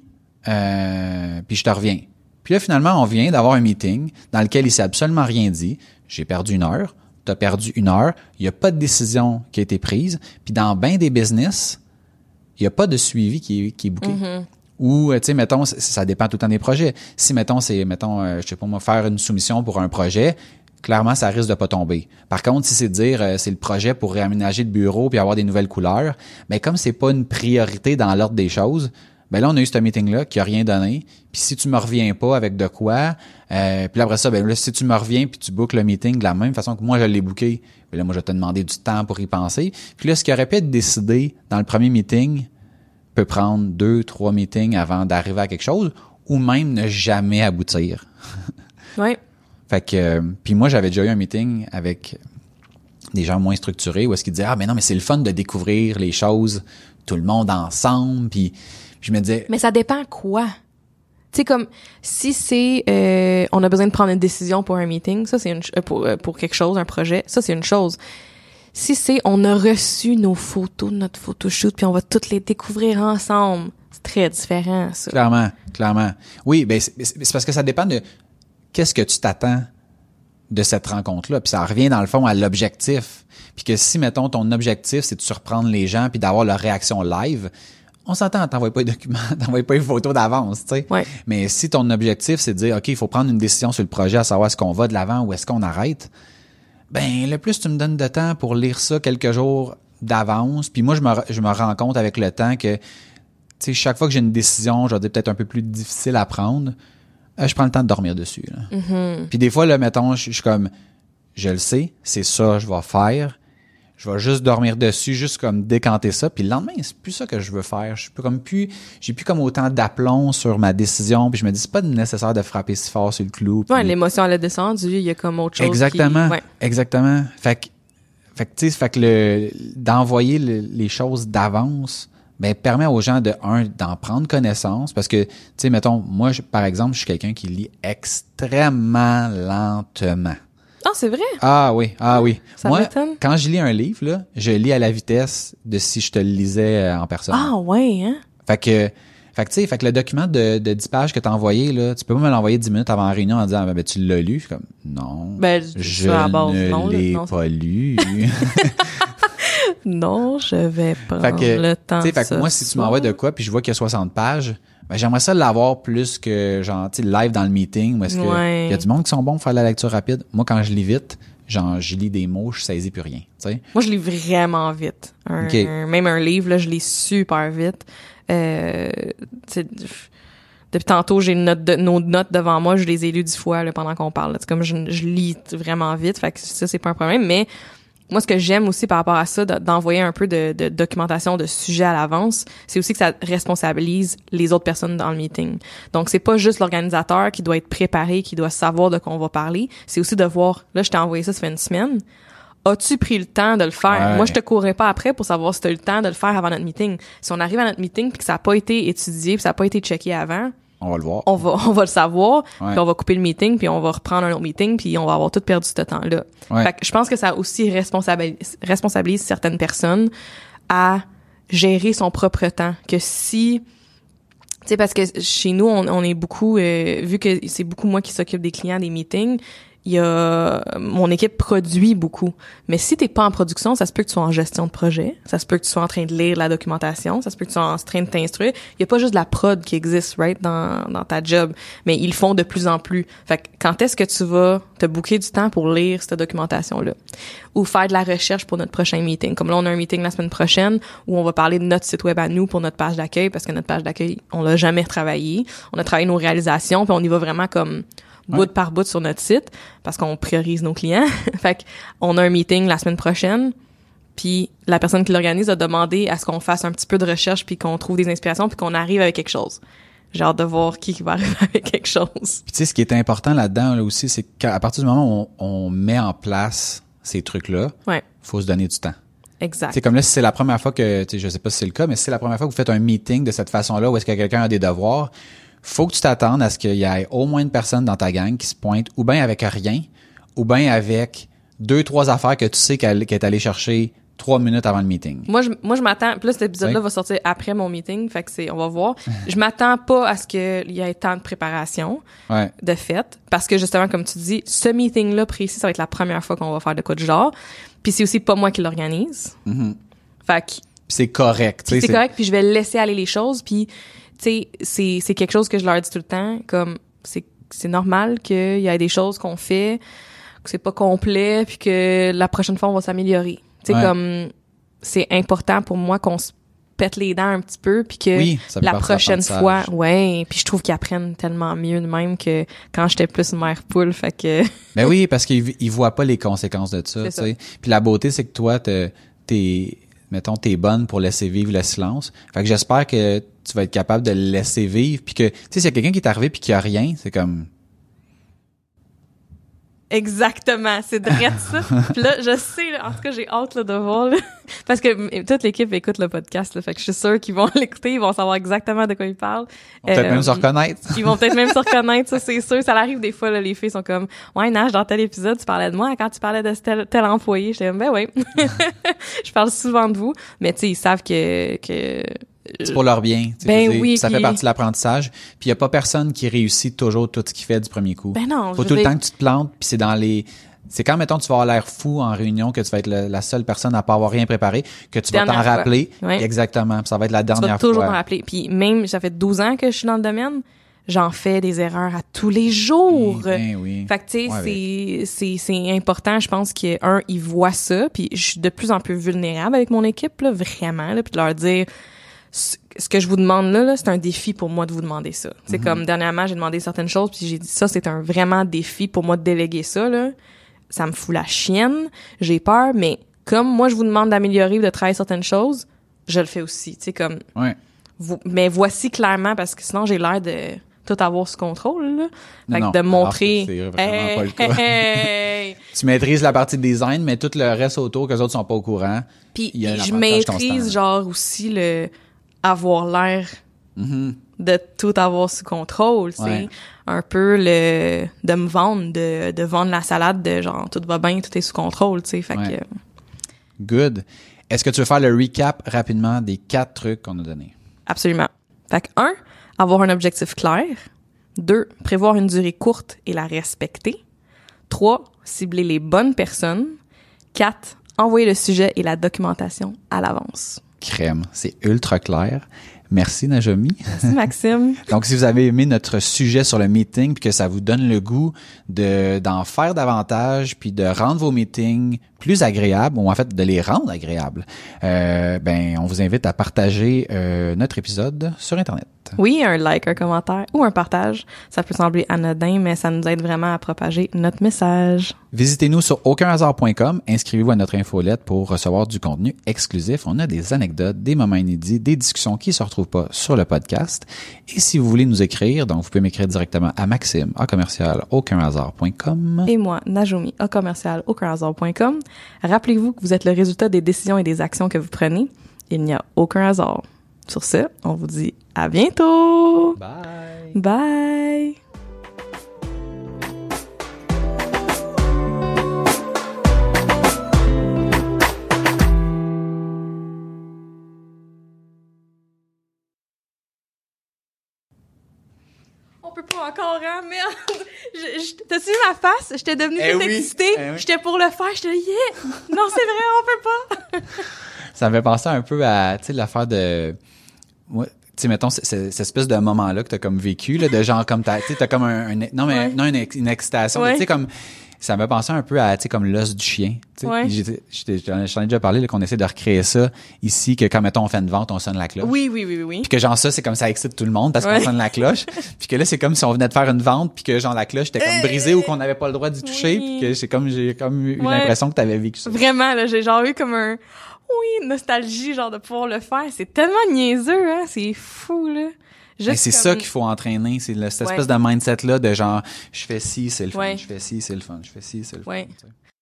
je te reviens. Puis là, finalement, on vient d'avoir un meeting dans lequel il s'est absolument rien dit. J'ai perdu 1 heure. Tu as perdu 1 heure. Il n'y a pas de décision qui a été prise. Puis dans bien des business, il n'y a pas de suivi qui est booké. Ou, tu sais, mettons, ça dépend tout le temps des projets. Si, mettons, je sais pas moi, faire une soumission pour un projet, clairement, ça risque de pas tomber. Par contre, si c'est de dire, c'est le projet pour réaménager le bureau puis avoir des nouvelles couleurs, ben comme c'est pas une priorité dans l'ordre des choses, ben là, on a eu ce meeting-là qui a rien donné. Puis si tu me reviens pas avec de quoi, puis après ça, ben là, si tu me reviens puis tu bookes le meeting de la même façon que moi, je l'ai booké, ben là, moi, je vais te demander du temps pour y penser. Puis là, ce qui aurait pu être décidé dans le premier meeting peut prendre 2-3 meetings avant d'arriver à quelque chose ou même ne jamais aboutir. Oui. Fait que, puis moi, j'avais déjà eu un meeting avec des gens moins structurés où est-ce qu'ils disaient, ah, mais non, mais c'est le fun de découvrir les choses, tout le monde ensemble, puis je me disais... Mais ça dépend quoi? Tu sais, comme, si c'est, on a besoin de prendre une décision pour un meeting, ça, c'est pour quelque chose, un projet, ça, c'est une chose. Si c'est, on a reçu nos photos de notre photoshoot puis on va toutes les découvrir ensemble, c'est très différent, ça. Clairement. Oui, ben, c'est parce que ça dépend de qu'est-ce que tu t'attends de cette rencontre-là. Puis ça revient, dans le fond, à l'objectif. Puis que si, mettons, ton objectif, c'est de surprendre les gens puis d'avoir leur réaction live, on s'entend, t'envoies pas de documents, t'envoies pas une photo d'avance, tu sais. Ouais. Mais si ton objectif, c'est de dire, OK, il faut prendre une décision sur le projet, à savoir est-ce qu'on va de l'avant ou est-ce qu'on arrête, ben, le plus tu me donnes de temps pour lire ça quelques jours d'avance, puis moi, je me rends compte avec le temps que, tu sais, chaque fois que j'ai une décision, je vais dire peut-être un peu plus difficile à prendre, je prends le temps de dormir dessus, là. Mm-hmm. Puis des fois, là, mettons, je suis comme, je le sais, c'est ça, je vais faire. Je vais juste dormir dessus, juste comme décanter ça. Puis le lendemain, c'est plus ça que je veux faire. J'ai plus comme autant d'aplomb sur ma décision. Puis je me dis, c'est pas nécessaire de frapper si fort sur le clou. Puis... Ouais, l'émotion, elle a descendu. Il y a comme autre chose. Exactement. Ouais. Exactement. Fait que d'envoyer les choses d'avance, ben, permet aux gens d'en prendre connaissance. Parce que, tu sais, mettons, moi, par exemple, je suis quelqu'un qui lit extrêmement lentement. Ah, c'est vrai? Ah oui. Ça moi, m'étonne. quand je lis un livre, là, je lis à la vitesse de si je te le lisais en personne. Ah ouais, hein? Fait que le document de 10 pages que t'as envoyé, là, tu peux pas me l'envoyer 10 minutes avant la réunion en disant, ben, tu l'as lu. Je suis comme, non. Ben, je ne l'ai pas lu. Non, je vais prendre le temps. Fait que moi, si tu m'envoies de quoi puis je vois qu'il y a 60 pages, Ben, j'aimerais ça l'avoir plus que, genre, tu sais, live dans le meeting, où est-ce que il y a du monde qui sont bons pour faire la lecture rapide. Moi, quand je lis vite, genre, je lis des mots, je saisis plus rien, tu sais. Moi, je lis vraiment vite. Même un livre, là, je lis super vite. Depuis tantôt, j'ai nos notes devant moi, je les ai lues 10 fois là, pendant qu'on parle. C'est comme je lis vraiment vite, fait que ça, c'est pas un problème. Mais moi, ce que j'aime aussi par rapport à ça, d'envoyer un peu de documentation de sujets à l'avance, c'est aussi que ça responsabilise les autres personnes dans le meeting. Donc, c'est pas juste l'organisateur qui doit être préparé, qui doit savoir de quoi on va parler. C'est aussi de voir, là, je t'ai envoyé ça fait une semaine. As-tu pris le temps de le faire? Ouais. Moi, je te courais pas après pour savoir si t'as eu le temps de le faire avant notre meeting. Si on arrive à notre meeting puis que ça a pas été étudié puis ça a pas été checké avant, on va le voir. on va le savoir, Ouais. puis on va couper le meeting, puis on va reprendre un autre meeting, puis on va avoir tout perdu ce temps-là. Ouais. Fait que je pense que ça aussi responsabilise certaines personnes à gérer son propre temps. Que si... Tu sais, parce que chez nous, on est beaucoup... vu que c'est beaucoup moi qui s'occupe des clients, des meetings, il y a mon équipe produit beaucoup. Mais si t'es pas en production, ça se peut que tu sois en gestion de projet, ça se peut que tu sois en train de lire la documentation, ça se peut que tu sois en train de t'instruire. Il y a pas juste de la prod qui existe, right, dans ta job, mais ils le font de plus en plus. Fait que quand est-ce que tu vas te booker du temps pour lire cette documentation-là? Ou faire de la recherche pour notre prochain meeting. Comme là, on a un meeting la semaine prochaine où on va parler de notre site web à nous pour notre page d'accueil, parce que notre page d'accueil, on l'a jamais travaillé. On a travaillé nos réalisations, puis on y va vraiment comme bout par bout sur notre site parce qu'on priorise nos clients. Fait qu'on a un meeting la semaine prochaine, puis la personne qui l'organise a demandé à ce qu'on fasse un petit peu de recherche puis qu'on trouve des inspirations puis qu'on arrive avec quelque chose. J'ai hâte de voir qui va arriver avec quelque chose. Puis tu sais, ce qui est important là-dedans là aussi, c'est qu'à partir du moment où on met en place ces trucs-là, faut se donner du temps. Exact. C'est comme là, si c'est la première fois que, tu sais, je sais pas si c'est le cas, mais si c'est la première fois que vous faites un meeting de cette façon-là où est-ce que quelqu'un a des devoirs, faut que tu t'attendes à ce qu'il y ait au moins une personne dans ta gang qui se pointe ou bien avec rien, ou bien avec 2-3 affaires que tu sais qu'elle est allée chercher 3 minutes avant le meeting. Moi, je m'attends. Puis là, cet épisode-là va sortir après mon meeting, fait que on va voir. Je m'attends pas à ce qu'il y ait tant de préparation, de fait, parce que justement, comme tu dis, ce meeting-là précis, ça va être la première fois qu'on va faire de quoi du genre. Puis c'est aussi pas moi qui l'organise. Mm-hmm. Fait que c'est correct. C'est correct, puis je vais laisser aller les choses, puis tu sais, c'est quelque chose que je leur dis tout le temps, comme c'est normal qu'il y ait des choses qu'on fait, que c'est pas complet, puis que la prochaine fois on va s'améliorer. Tu sais, comme c'est important pour moi qu'on se pète les dents un petit peu, puis que la prochaine fois, puis je trouve qu'ils apprennent tellement mieux de même que quand j'étais plus mère poule, fait que. Ben oui, parce qu'ils voient pas les conséquences de ça, tu sais. Puis la beauté, c'est que toi, t'es bonne pour laisser vivre le silence. Fait que j'espère que tu vas être capable de le laisser vivre, puis que, tu sais, s'il y a quelqu'un qui est arrivé puis qui a rien, c'est comme... Exactement, c'est direct ça. Puis là, je sais, là, en tout cas, j'ai hâte là, de voir, là, parce que toute l'équipe écoute le podcast, là, fait que je suis sûre qu'ils vont l'écouter, ils vont savoir exactement de quoi ils parlent. Ils vont peut-être même se reconnaître. Ils vont peut-être même se reconnaître, ça, c'est sûr. Ça arrive des fois, là, les filles sont comme, ouais, Nash, dans tel épisode, tu parlais de moi quand tu parlais de tel employé. J'étais comme, ben oui. Je parle souvent de vous, mais tu sais, ils savent que c'est pour leur bien. Ben oui, ça fait partie de l'apprentissage. Puis il y a pas personne qui réussit toujours tout ce qu'il fait du premier coup. Ben non. Faut tout le temps que tu te plantes. Puis c'est quand, mettons, tu vas avoir l'air fou en réunion, que tu vas être la seule personne à pas avoir rien préparé, que tu vas t'en rappeler. Ouais. Exactement. Puis ça va être la dernière fois. Tu vas toujours t'en rappeler. Puis même, ça fait 12 ans que je suis dans le domaine, j'en fais des erreurs à tous les jours. Oui. Fait que tu sais, c'est important. Je pense ils voient ça. Puis je suis de plus en plus vulnérable avec mon équipe, là, vraiment. Là, puis de leur dire... Ce que je vous demande là, c'est un défi pour moi de vous demander ça. C'est comme dernièrement, j'ai demandé certaines choses puis j'ai dit ça, c'est un vraiment défi pour moi de déléguer ça là. Ça me fout la chienne, j'ai peur, mais comme moi je vous demande d'améliorer ou de travailler certaines choses, je le fais aussi, tu sais comme mais voici clairement parce que sinon j'ai l'air de tout avoir sous contrôle là. Fait que de montrer c'est vraiment pas le cas. Tu maîtrises la partie design mais tout le reste autour que les autres sont pas au courant. Puis je maîtrise genre aussi avoir l'air de tout avoir sous contrôle, c'est un peu de me vendre, de vendre la salade de genre tout va bien, tout est sous contrôle, tu sais, fait que... Good. Est-ce que tu veux faire le recap rapidement des 4 trucs qu'on a donnés? Absolument. Fait que 1, avoir un objectif clair. 2, prévoir une durée courte et la respecter. 3, cibler les bonnes personnes. 4, envoyer le sujet et la documentation à l'avance. Crème, c'est ultra clair. Merci, Najomi. Merci, Maxime. Donc, si vous avez aimé notre sujet sur le meeting puis que ça vous donne le goût d'en faire davantage puis de rendre vos meetings plus agréables ou en fait de les rendre agréables, on vous invite à partager notre épisode sur Internet. Oui, un like, un commentaire ou un partage. Ça peut sembler anodin, mais ça nous aide vraiment à propager notre message. Visitez-nous sur aucunhasard.com, inscrivez-vous à notre infolette pour recevoir du contenu exclusif. On a des anecdotes, des moments inédits, des discussions qui ne se retrouvent pas sur le podcast. Et si vous voulez nous écrire, donc vous pouvez m'écrire directement à Maxime, @aucunhasard.com. Et moi, Najomi, @aucunhasard.com. Rappelez-vous que vous êtes le résultat des décisions et des actions que vous prenez. Il n'y a aucun hasard. Sur ce, on vous dit à bientôt! Bye! Bye! On peut pas encore, hein? Merde! T'as-tu vu ma face? J'étais devenue toute excitée. J'étais pour le faire. J'étais là, yeah! Non, c'est vrai, on peut pas! Ça me fait penser un peu à, tu sais, l'affaire de... Ouais, tu sais, mettons, cette espèce de moment-là que t'as comme vécu, là, de genre comme t'as comme une excitation. Ouais. Tu sais, comme, ça me fait penser un peu à, tu sais, comme l'os du chien. Tu sais, Ouais. j'en ai déjà parlé, là, qu'on essaie de recréer ça ici, que quand, mettons, on fait une vente, on sonne la cloche. Oui. Puis que genre ça, c'est comme ça excite tout le monde parce qu'on sonne la cloche. Puis que là, c'est comme si on venait de faire une vente puis que genre la cloche était comme brisée ou qu'on n'avait pas le droit d'y toucher. Oui. Puis que j'ai comme eu l'impression que t'avais vécu ça. Vraiment, là, j'ai genre eu comme nostalgie, genre, de pouvoir le faire. C'est tellement niaiseux, hein? C'est fou, là. Mais c'est ça qu'il faut entraîner, c'est cette espèce de mindset-là de genre, je fais ci, c'est le fun, je fais ci, c'est le fun, je fais ci, c'est le fun. Ouais.